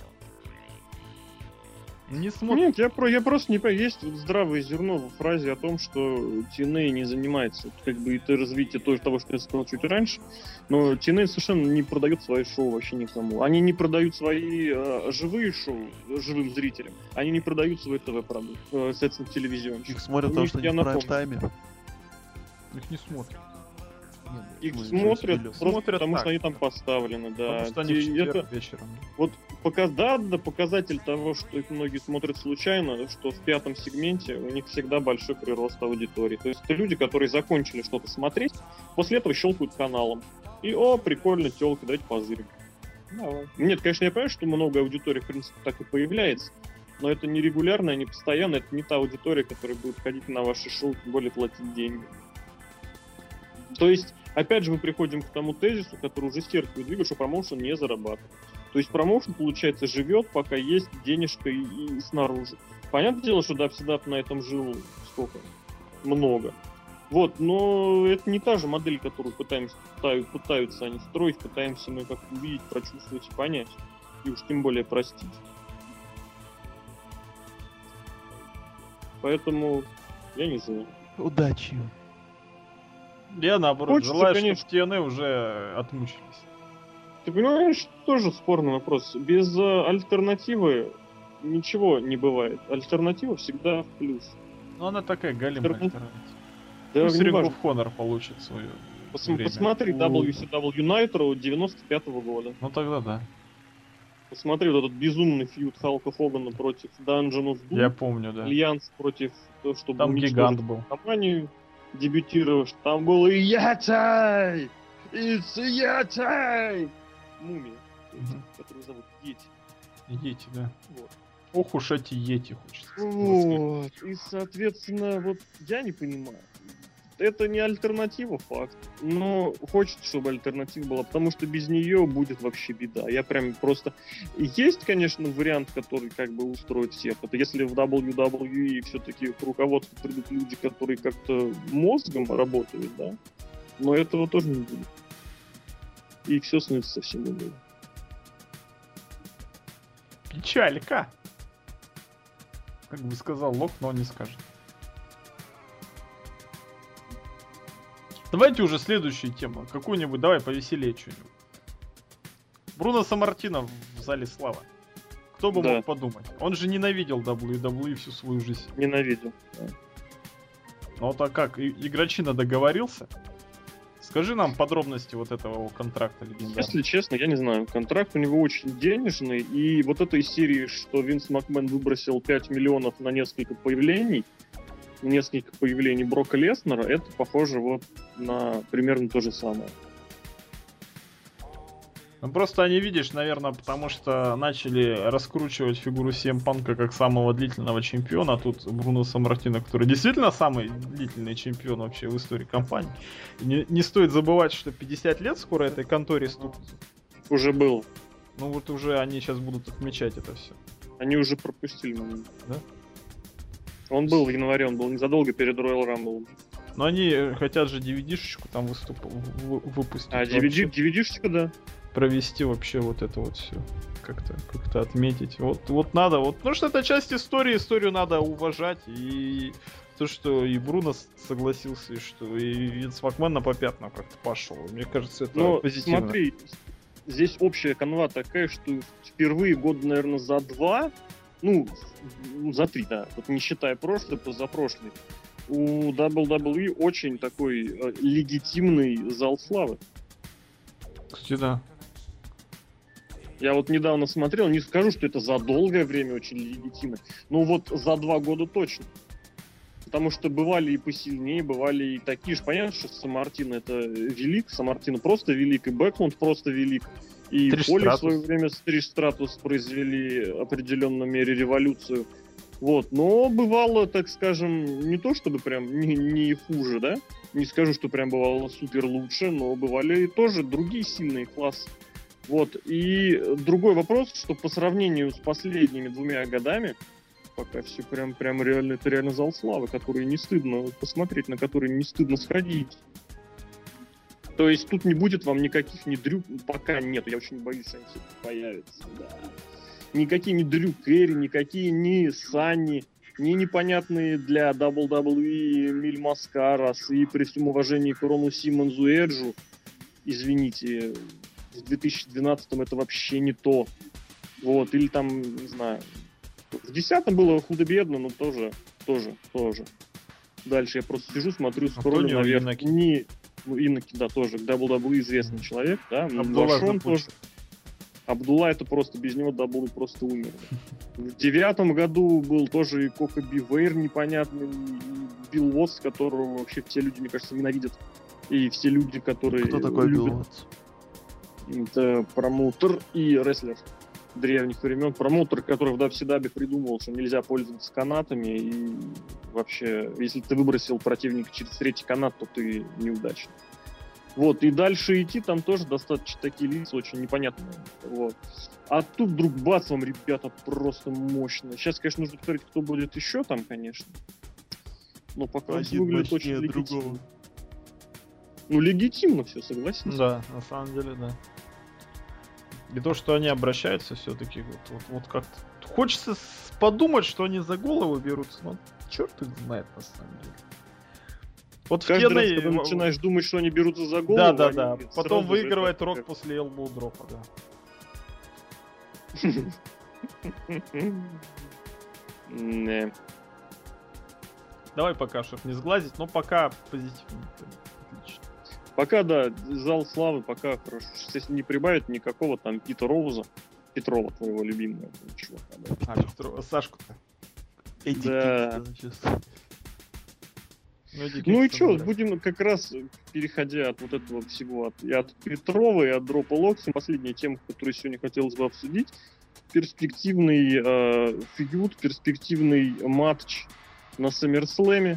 Не смотрит. Нет, я просто не понимаю. Есть вот здравое зерно в фразе о том, что TNA не занимается как бы это развитие того, что я сказал чуть раньше. Но TNA совершенно не продает свои шоу вообще никому. Они не продают свои живые шоу живым зрителям. Они не продают свой ТВ-продукт, соответственно, телевизионщик. Их смотрят, потому что они в прайм-тайме. Их не смотрят. Их смотрят просто Смотрят потому, так. что они там поставлены, да. Потому что они в четверг вечером. Вот показатель того, что их многие смотрят случайно, что в 5-м сегменте у них всегда большой прирост аудитории. То есть это люди, которые закончили что-то смотреть, после этого щелкают каналом. И, прикольно, тёлка, давайте позырим. Давай. Нет, конечно, я понимаю, что много аудитории, в принципе, так и появляется, но это не регулярно, не постоянно, это не та аудитория, которая будет ходить на ваши шоу, тем более платить деньги. То есть, опять же, мы приходим к тому тезису, который уже Серхио двигает, что промоушен не зарабатывает. То есть промоушен, получается, живет, пока есть денежка и снаружи. Понятное дело, что Дабсидап на этом жил сколько? Много. Вот, но это не та же модель, которую пытаются они строить, пытаемся мы как-то увидеть, прочувствовать и понять. И уж тем более простить. Поэтому, я не знаю. Удачи. Я наоборот Хочется, желаю, конечно. чтобы TNA уже отмучились. Ты понимаешь, тоже спорный вопрос. Без альтернативы ничего не бывает. Альтернатива всегда в плюс. Ну она такая галимая альтернатива. Да, Пусть не Ring важно. of Honor получит свое время. Посмотри WCW Nitro 95-го года. Ну тогда да. Посмотри вот этот безумный фьюд Халка Хогана против Dungeon of Doom. Я помню, да. Альянс против того, чтобы Там уничтожить гигант был. компанию, дебютировавший. Там был и Ятай! It's Ятай! Мумия, которую зовут Йети. Йети, да. Вот. Ох уж эти Йети, хочется сказать. Вот. И, соответственно, вот я не понимаю. Это не альтернатива, факт. Но хочется, чтобы альтернатива была, потому что без нее будет вообще беда. Я прям просто... Есть, конечно, вариант, который как бы устроит всех. Это если в WWE все-таки к руководству придут люди, которые как-то мозгом работают, да? Но этого тоже не будет. И все становится совсем иным. Печалька. Как бы сказал Лок, но он не скажет. Давайте уже следующую тему. Какую-нибудь, давай повеселее что-нибудь. Бруно Саммартино в зале славы. Кто бы Да. мог подумать? Он же ненавидел WWE всю свою жизнь. Ненавидел. Да. Ну вот а как? Игрочина договорился Скажи нам подробности вот этого контракта легендарного. Если честно, я не знаю. Контракт у него очень денежный. И вот этой серии, что Винс Макмен выбросил 5 миллионов на несколько появлений Брока Леснера, это похоже вот на примерно то же самое. Ну просто они, видишь, наверное, потому что начали раскручивать фигуру CM Панка как самого длительного чемпиона. Тут Бруно Саммартино, который действительно самый длительный чемпион вообще в истории компании. Не стоит забывать, что 50 лет скоро этой конторе стукнет. Уже был. Ну вот уже они сейчас будут отмечать это все. Они уже пропустили момент. Да? Он был в январе, он был незадолго перед Royal Rumble. Но они хотят же DVD-шечку там выпустить. А, DVD-шечка, да. Провести вообще вот это вот все. Как-то отметить. Вот надо, вот, потому что это часть историю надо уважать. И то, что и Бруно согласился, и что и Винс Макмен на попятную как-то пошел. Мне кажется, это позитивно. Смотри, здесь общая канва такая, что впервые год, наверное, за 2, за 3, да, вот не считая прошлый, позапрошлый, у WWE очень такой легитимный зал славы. Кстати, да. Я вот недавно смотрел, не скажу, что это за долгое время очень легитимно, но вот за 2 года точно. Потому что бывали и посильнее, бывали и такие же. Понятно, что Саммартино это велик, Саммартино просто велик, и Бэклунд просто велик. И Поли в свое время с Триш Стратус произвели в определенной мере революцию. Вот. Но бывало, так скажем, не то чтобы прям не хуже, да? Не скажу, что прям бывало супер лучше, но бывали тоже другие сильные классы. Вот. И другой вопрос, что по сравнению с последними 2 годами, пока все прям реально, это реально зал славы, который не стыдно посмотреть, на который не стыдно сходить. То есть тут не будет вам никаких ни Дрю, пока нет, я очень боюсь, что они все появятся, да. Никакие ни Дрю Керри, никакие ни Санни, ни непонятные для WWE Миль Маскарас, и при всем уважении к Рону Симмонсу и Эджу, извините, в 2012-м это вообще не то. Вот, или там, не знаю, в 10-м было худо-бедно, но тоже. Дальше я просто сижу, смотрю, скроллю наверх. Иноки, да, тоже. WWE известный человек, да. Абдулла тоже. Абдулла это просто, без него WWE просто умер. В 9-м году был тоже и Кока Бивейр непонятный, и Билл Уотс, которого вообще все люди, мне кажется, ненавидят. И все люди, которые Кто такой Билл Уотс? Это промоутер и рестлер древних времен. Промоутер, который в WCW придумал, что нельзя пользоваться канатами, и вообще, если ты выбросил противника через 3-й канат, то ты неудачник. Вот, и дальше идти, там тоже достаточно такие лица очень непонятные. Вот. А тут вдруг бац, вам, ребята, просто мощно. Сейчас, конечно, нужно посмотреть, кто будет еще там, конечно. Но пока все выглядит очень легитимно. Другого. Легитимно все, согласен? Да, на самом деле, да. И то, что они обращаются все-таки, вот как-то... Хочется подумать, что они за голову берутся, но черт их знает, на самом деле. Вот каждый раз, когда начинаешь думать, что они берутся за голову... Да. Потом выигрывает Рок после элбоу дропа, да. Давай пока, чтобы не сглазить, но пока позитивно. Отлично. Пока, да, зал славы, пока хорошо. Если не прибавить никакого там Пита Роуза, Петрова, твоего любимого чувака. Да. Петрова, Сашку-то. Эдди да. Ну и что, будем как раз, переходя от вот этого всего, от Петрова и от Дропа Локси, последняя тема, которую сегодня хотелось бы обсудить, перспективный фьюд, перспективный матч на SummerSlam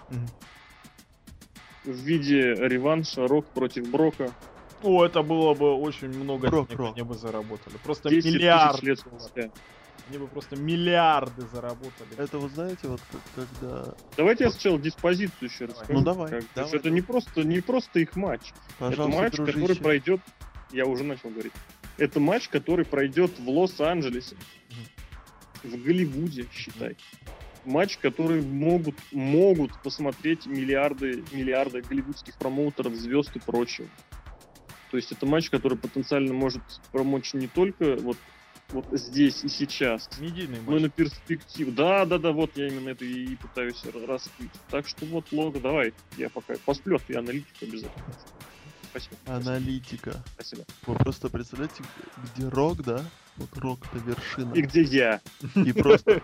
в виде реванша Рок против Брока. О, это было бы очень много денег, они бы заработали. Просто миллиарды. Они бы просто миллиарды заработали. Это вы знаете, вот когда... Давайте я сначала диспозицию еще расскажу. Ну давай. Это не просто их матч. Пожалуйста, это матч, дружище. который пройдет... Я уже начал говорить. Это матч, который пройдет в Лос-Анджелесе. В Голливуде, считай. Матч, который могут посмотреть миллиарды голливудских промоутеров, звезд и прочего. То есть это матч, который потенциально может помочь не только вот здесь и сейчас, медийный матч, но и на перспективу. Да, вот я именно это и пытаюсь раскрыть. Так что вот, Лого, давай, я пока посплю, а ты аналитику обязательно. Спасибо. Аналитика. Спасибо. Вы просто представляете, где Рок, да? Вот Рок это вершина. И где я? И просто...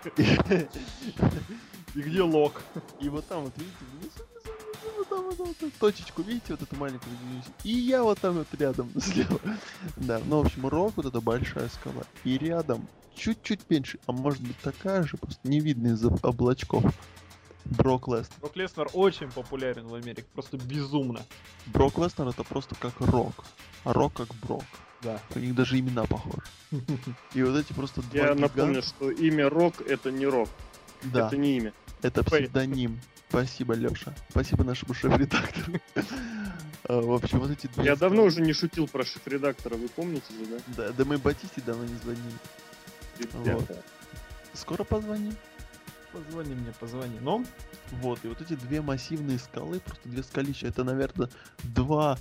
И где лог? И вот там вот, видите, вот там вот эту точечку, видите, вот эту маленькую, и я вот там вот рядом, слева. Да, ну, в общем, Рок, вот эта большая скала, и рядом чуть-чуть меньше, а может быть такая же, просто не видно из-за облачков. Брок Леснер. Брок Леснер очень популярен в Америке, просто безумно. Брок Леснер это просто как Рок, а Рок как Брок. Да. У них даже имена похожи. И вот эти просто два Я гиганта. напомню, что имя Рок это не Рок. Да, Это не имя. это псевдоним. Спасибо, Лёша. Спасибо нашему шеф-редактору. В общем, вот эти две... Я давно уже не шутил про шеф-редактора, вы помните же, да? Да мы Батисте давно не звонили. Ребята. Скоро позвоним. Позвони мне, позвони. Ну, Вот, и вот эти две массивные скалы, просто две скалища, это, наверное, два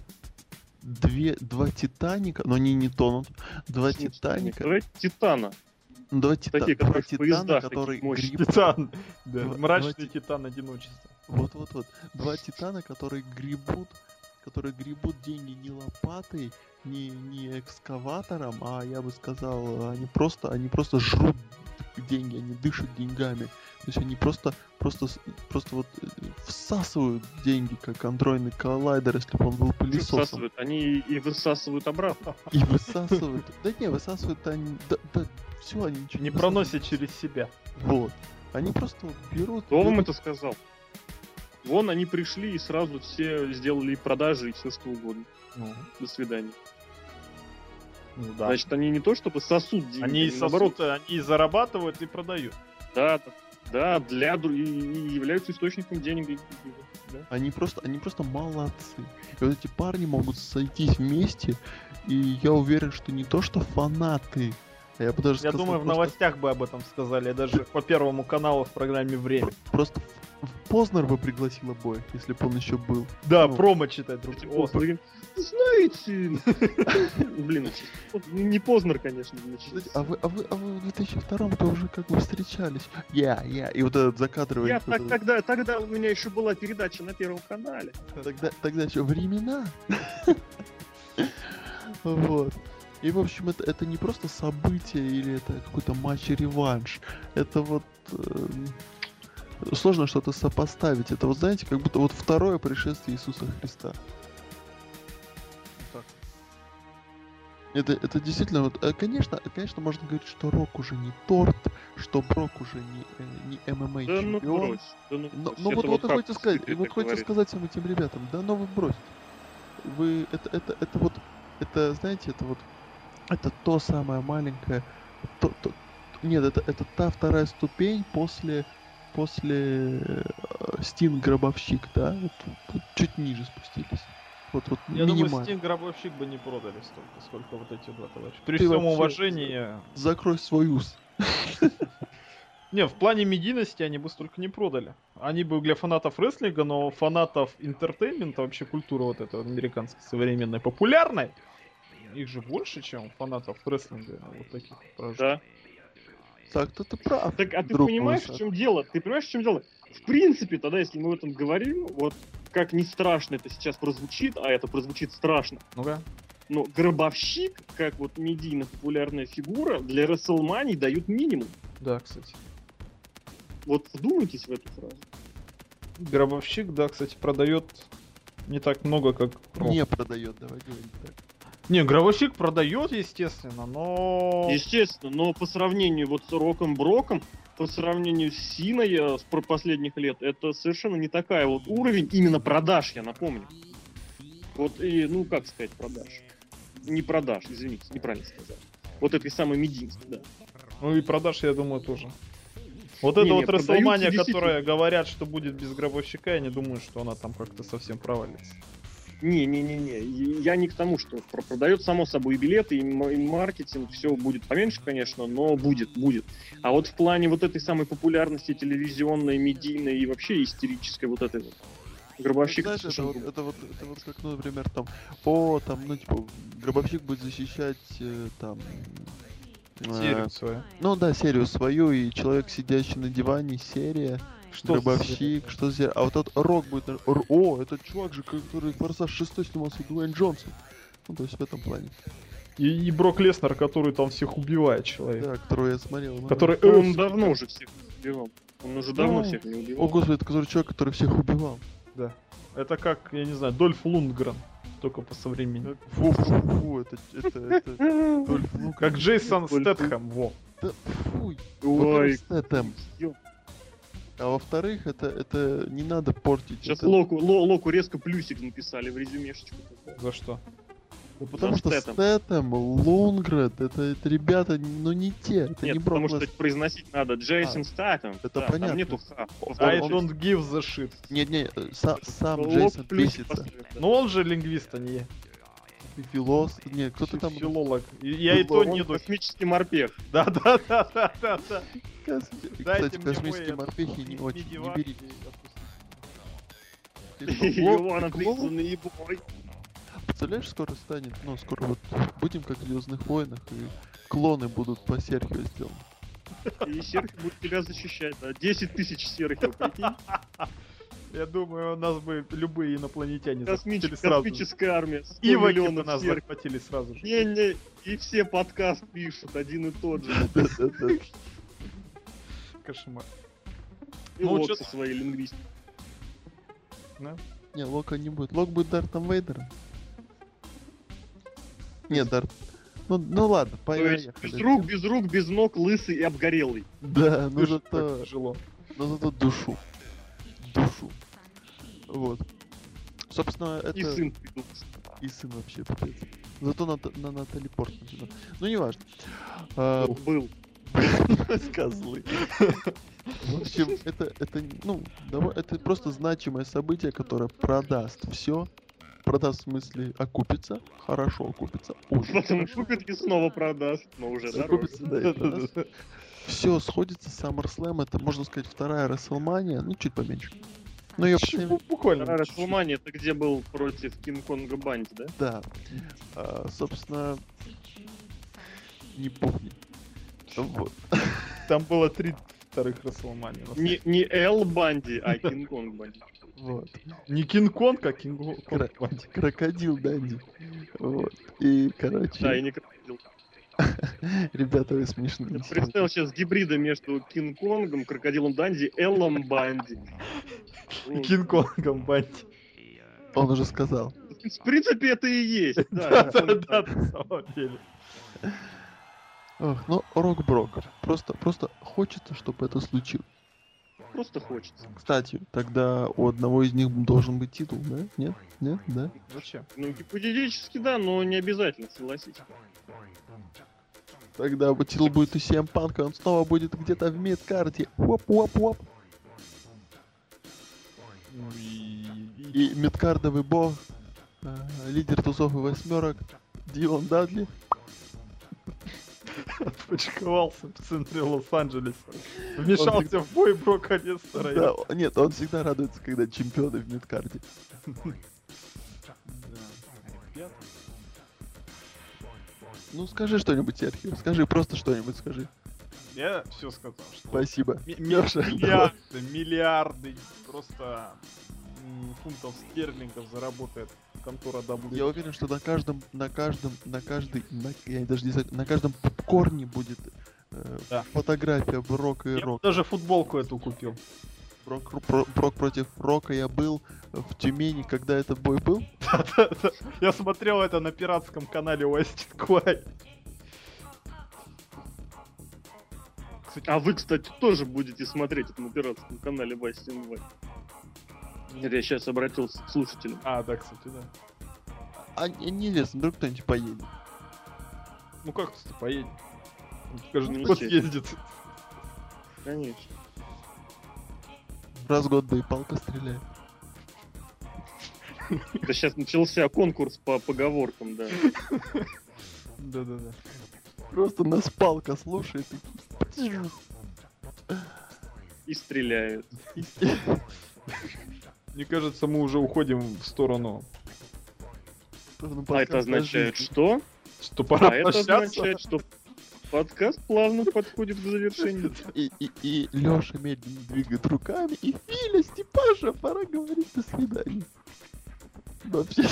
Титаника, но они не тонут. Два Титаника. Давай Титана. Два Такие, Титана, которые в поездах, которые такие мощные. грибут. Титан. Да, Два- мрачный два Титан одиночества. Вот. Два Титана, которые гребут деньги не лопатой, не экскаватором, а я бы сказал, они просто жрут деньги, они дышат деньгами. То есть они просто вот всасывают деньги, как андроидный коллайдер, если бы он был пылесосом. Высасывают. Они и высасывают обратно. И высасывают. Да не, высасывают они. Да, все, они ничего Не высасывают. проносит через себя. Вот. Они просто вот берут. Кто вам это сказал? Вон они пришли и сразу все сделали и продажи, и все что угодно. Ну, До свидания. ну да. Значит, они не то чтобы сосут деньги, Они и наоборот, сосут, они и зарабатывают, и продают. да, и являются источником денег. Да. Они просто молодцы. И вот эти парни могут сойтись вместе, и я уверен, что не то что фанаты, а я бы даже Я сказал, думаю, в просто- новостях бы об этом сказали, даже по Первому каналу в программе «Время». Просто Познер бы пригласил обоих, если бы он еще был. Да, Ну, промо читай, друг. Эти О, Познеры, знаете... Блин, не Познер, конечно. Кстати, а вы в 2002-м-то уже как бы встречались. Я. И вот этот закадровый... Я вот этот- тогда у меня еще была передача на Первом канале. Тогда еще времена. Вот. И, в общем, это не просто событие или это какой-то матч-реванш. Это вот... сложно что-то сопоставить. Это вот, знаете, как будто вот второе пришествие Иисуса Христа. так. Это действительно вот... Конечно, можно говорить, что Рок уже не торт, что Брок уже не ММА Да ну чемпион. брось. Да ну брось. Ну Это вот и как хочется сказать, Сыпет вот так хочется говорит. сказать всем этим ребятам, да ну вы бросьте. Вы, это вот, это, знаете, это то самое маленькое, нет, это та вторая ступень после Стинг Гробовщик, да, вот чуть ниже спустились. Вот Я думаю, минимально. Steam Гробовщик бы не продали столько, сколько вот эти два товарища. При Ты всем вообще- уважении... Закрой свой ус. Не, в плане медийности они бы столько не продали. Они бы для фанатов рестлинга, но фанатов интертеймента, вообще культуры вот этой американской современной популярной, их же больше, чем фанатов рестлинга вот таких прожжённых. Да. Так-то ты прав. Так, а ты друг понимаешь, мой, в чем дело? Ты понимаешь, в чем дело? В принципе, тогда, если мы об этом говорим, вот как не страшно это сейчас прозвучит, а это прозвучит страшно, Ну-ка. но Гробовщик, как вот медийно-популярная фигура, для WrestleMania дают минимум. Да, кстати. Вот вдумайтесь в эту фразу. Гробовщик, да, кстати, продает не так много, как Рок. Не продает, давай говорить так. Не, гробовщик продает, естественно, но... Естественно, но по сравнению вот с Роком Броком, по сравнению с Синой с последних лет, это совершенно не такая вот уровень именно продаж, я напомню. Вот и, ну как сказать, продаж. Не продаж, извините, неправильно сказал. Вот этой самой медийности, да. Ну и продаж, я думаю, тоже. Вот Не, это вот продаются WrestleMania, действительно. которая говорят, что будет без гробовщика, я не думаю, что она там как-то совсем провалится. Не. Я не к тому, что продает само собой и билеты, и маркетинг, все будет поменьше, конечно, но будет. А вот в плане вот этой самой популярности телевизионной, медийной и вообще истерической вот этой вот Гробовщик. Знаешь, совершенно это вот как, ну, например, там, ну, типа, Гробовщик будет защищать, там, Серию свою. Ну да, серию свою, и человек, сидящий на диване, серия. Что Гробовщик, что за... А вот этот Рок будет... О, это чувак же, который Форсаж 6 снимался, Дуэйн Джонсон. Ну, то есть в этом плане. И Брок Леснер, который там всех убивает человек. Да, которого я смотрел. Ну, Который... Ну, он давно уже всех убивал. Он уже давно Ну, всех не О, убивал. господи, это который чувак, который всех убивал. Да. Это как, я не знаю, Дольф Лундгрен. Только по современному. Фу, это Дольф Лундгрен. Как Джейсон Дольф Стэтхэм, во. Да, фуй. Ой, Во-первых, Стэтэм. ё- А во-вторых, это не надо портить. Сейчас это... Локу резко плюсик написали в резюмешечку. За что? Ну, потому за что Стэтэм. Стэтэм, Лундгрен, это ребята, ну не те, это Нет, не Брок потому что Леснер. произносить надо Джейсон Стэтхэм. это Да, понятно. Там нету ха. I он- don't give the shit. Не, сам Лок Джейсон плюсик бесится. поставит, да. Но он же лингвист, а не Филос, не, кто-то там... филолог. И я и то Он не до... космический морпех. Да. Кстати, Дайте мне космические мой морпехи не очень, не медивак берите. и Иван Ты к Локу? отличный ебой. Представляешь, скоро станет, ну, скоро вот будем как в Звездных войнах, и клоны будут по Серхио сделаны. И Серхио будет тебя защищать, да. 10 тысяч Серхио, прикинь. Я думаю, нас бы любые инопланетяне захватили сразу. же. Космическая армия. 100 Иваки бы миллионов нас Серхио. захватили сразу же. Не, и все подкаст пишут один и тот же. Да-да-да. Кошмар. И Ну, Лок чё- со своей лингвистикой. Да? Не, Лока не будет. Лок будет Дартом Вейдером. Не, Дарт... Ну ладно, То есть поехали. без рук, без ног, лысый и обгорелый. Да, ну Дышит так зато... тяжело. Но зато душу. Душу. Вот. Собственно, это... И сын придумал. И сын вообще, пипец. Зато на Натали Портман. типа. Ну, не важно. А, Был. Козлы. В общем, это, ну, это просто значимое событие, которое продаст все. Продаст в смысле окупится, хорошо окупится, очень Потом хорошо. купит и снова продаст, но уже дороже. Окупится, да, и продаст. Все сходится, SummerSlam, это, можно сказать, вторая WrestleMania, ну, чуть поменьше. Ну, ее Буквально. Расселмания, это где был против Кинг-Конга Банди, да? да. Собственно, не помню. Вот. Там было 3 вторых Расселмания. Не Эл Банди, а Кинг-Конг Банди. Вот. Не Кинг-Конг, а Кинг-Конг. Крокодил Данди. Вот. И, короче, Да, и не крокодил. ребята, вы смешные. Я представил сейчас гибрида между Кинг-Конгом, Крокодилом Данди, Эллом Банди. И Кинг-Конгом Банди. Он уже сказал. В принципе, это и есть. Да, Да, на самом деле. Ох, ну, Рок-Брок. Просто хочется, чтобы это случилось. просто хочется. Кстати, тогда у одного из них должен быть титул, да? Нет? Нет? Да? Зачем? Ну, гипотетически, да, но не обязательно, согласитесь. Тогда титул будет у CM Punk, он снова будет где-то в мид-карте. Воп-воп-воп. И мидкардовый бог, лидер тусов и восьмерок, Дилан Дадли. Отпочковался в центре Лос-Анджелеса. Вмешался в бой Брока Леснера. Да, нет, он всегда радуется, когда чемпионы в мидкарде. Ну скажи что-нибудь, Серхио. Скажи, просто что-нибудь скажи. Я все сказал, что Спасибо. миллиарды просто фунтов стерлингов заработает контора W. Я уверен, что на каждом попкорне будет Да. фотография Брока и Я Рока. даже футболку эту купил. Брок против Рока. Я был в Тюмени, когда этот бой был. Да-да-да. Я смотрел это на пиратском канале Westin Quay. А вы, кстати, тоже будете смотреть это на пиратском канале Вайстин Вай. Это я сейчас обратился к слушателям. А, да, кстати, да. А неизвестно, вдруг кто-нибудь поедет. Ну как ты поедем? Каждый Ну, год естественно. ездит. Конечно. Раз в год да и палка стреляет. Это сейчас начался конкурс по поговоркам, да. Да-да-да. Просто нас палка слушает и... И стреляет. Мне кажется, мы уже уходим в сторону, А это означает что? что пора А это прощаться. означает, что Подкаст плавно подходит к завершению. И Лёша медленно двигает руками, и Филя, Степаша, пора говорить до свидания. Вообще.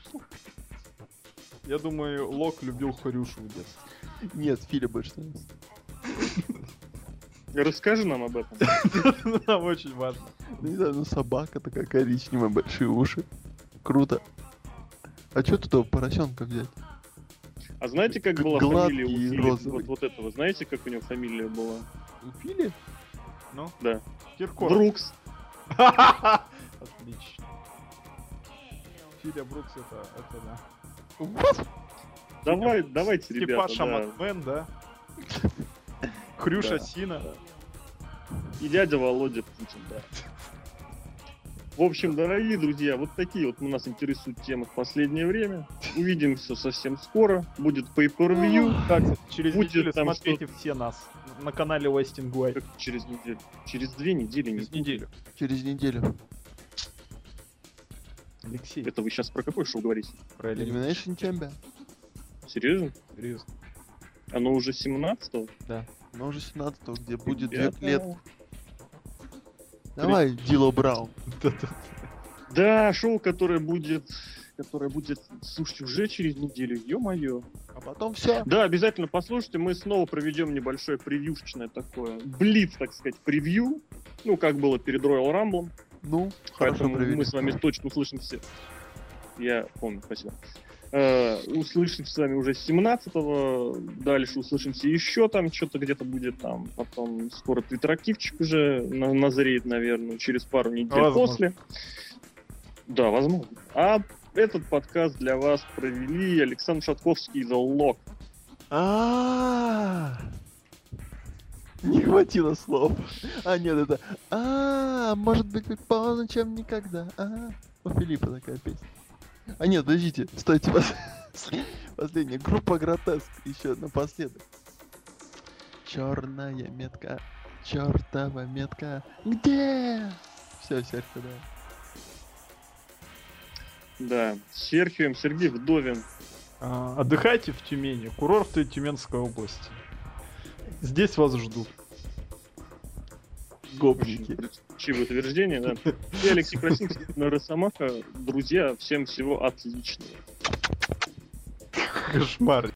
Я думаю, Лок любил Хрюшу в детстве. Нет, Филя больше нравится. Расскажи нам об этом. Нам очень важно. Ну, не знаю, ну собака такая коричневая, большие уши. Круто. А чё тут этого поросенка взять? А знаете, как была Гладкий фамилия у и Фили? розовый. Вот этого. Знаете, как у него фамилия была? У Фили? Ну, Да. Киркоров. Брукс. Отлично. Филя Брукс это да. Давайте, ребята. Степаша Да. Макмен, да? Хрюша Да. Сина. И дядя Володя Путин, да. В общем, дорогие друзья, вот такие вот нас интересуют темы в последнее время. Увидимся совсем скоро. Будет pay-per-view. Так, через Будет неделю там смотрите все нас на канале Wasting White. Как через неделю. Через 2 недели. Через неделю. Через неделю. Алексей, Это вы сейчас про какое шоу говорите? про Elimination Chamber. Серьезно? Серьезно. Оно уже 17-го? Но уже 17-го, где будет 2 Ребята. клетки. Давай, Дило Браун. Да, шоу, которое будет, слушайте, уже через неделю, ё-моё. А потом все. Да, обязательно послушайте, мы снова проведем небольшое превьюшечное такое, блиц, так сказать, превью, ну, как было перед Royal Rumble, Ну, хорошо поэтому провели. мы с вами точно услышимся. Я помню, спасибо. Услышимся с вами уже 17-го, дальше услышимся еще там, что-то где-то будет там, потом скоро твиттерактивчик уже назреет, наверное, через пару недель Возможно. после. Да, возможно. А этот подкаст для вас провели Александр Шатковский и The Lock. Не хватило слов. А, нет, это... может быть, поздно, чем никогда. У Филиппа такая песня. А нет, подождите, стойте. Последняя группа Гротеск. Еще напоследок. Черная метка. Чертова метка. Где? Все, Серхио, да. Да, Серхием Сергей Вдовин. Отдыхайте в Тюмени, курорты Тюменской области. Здесь вас ждут. Гопники. Чьи утверждения, да. И Алексей Красинский, Росомаха. Друзья, всем всего отличного. Кошмар.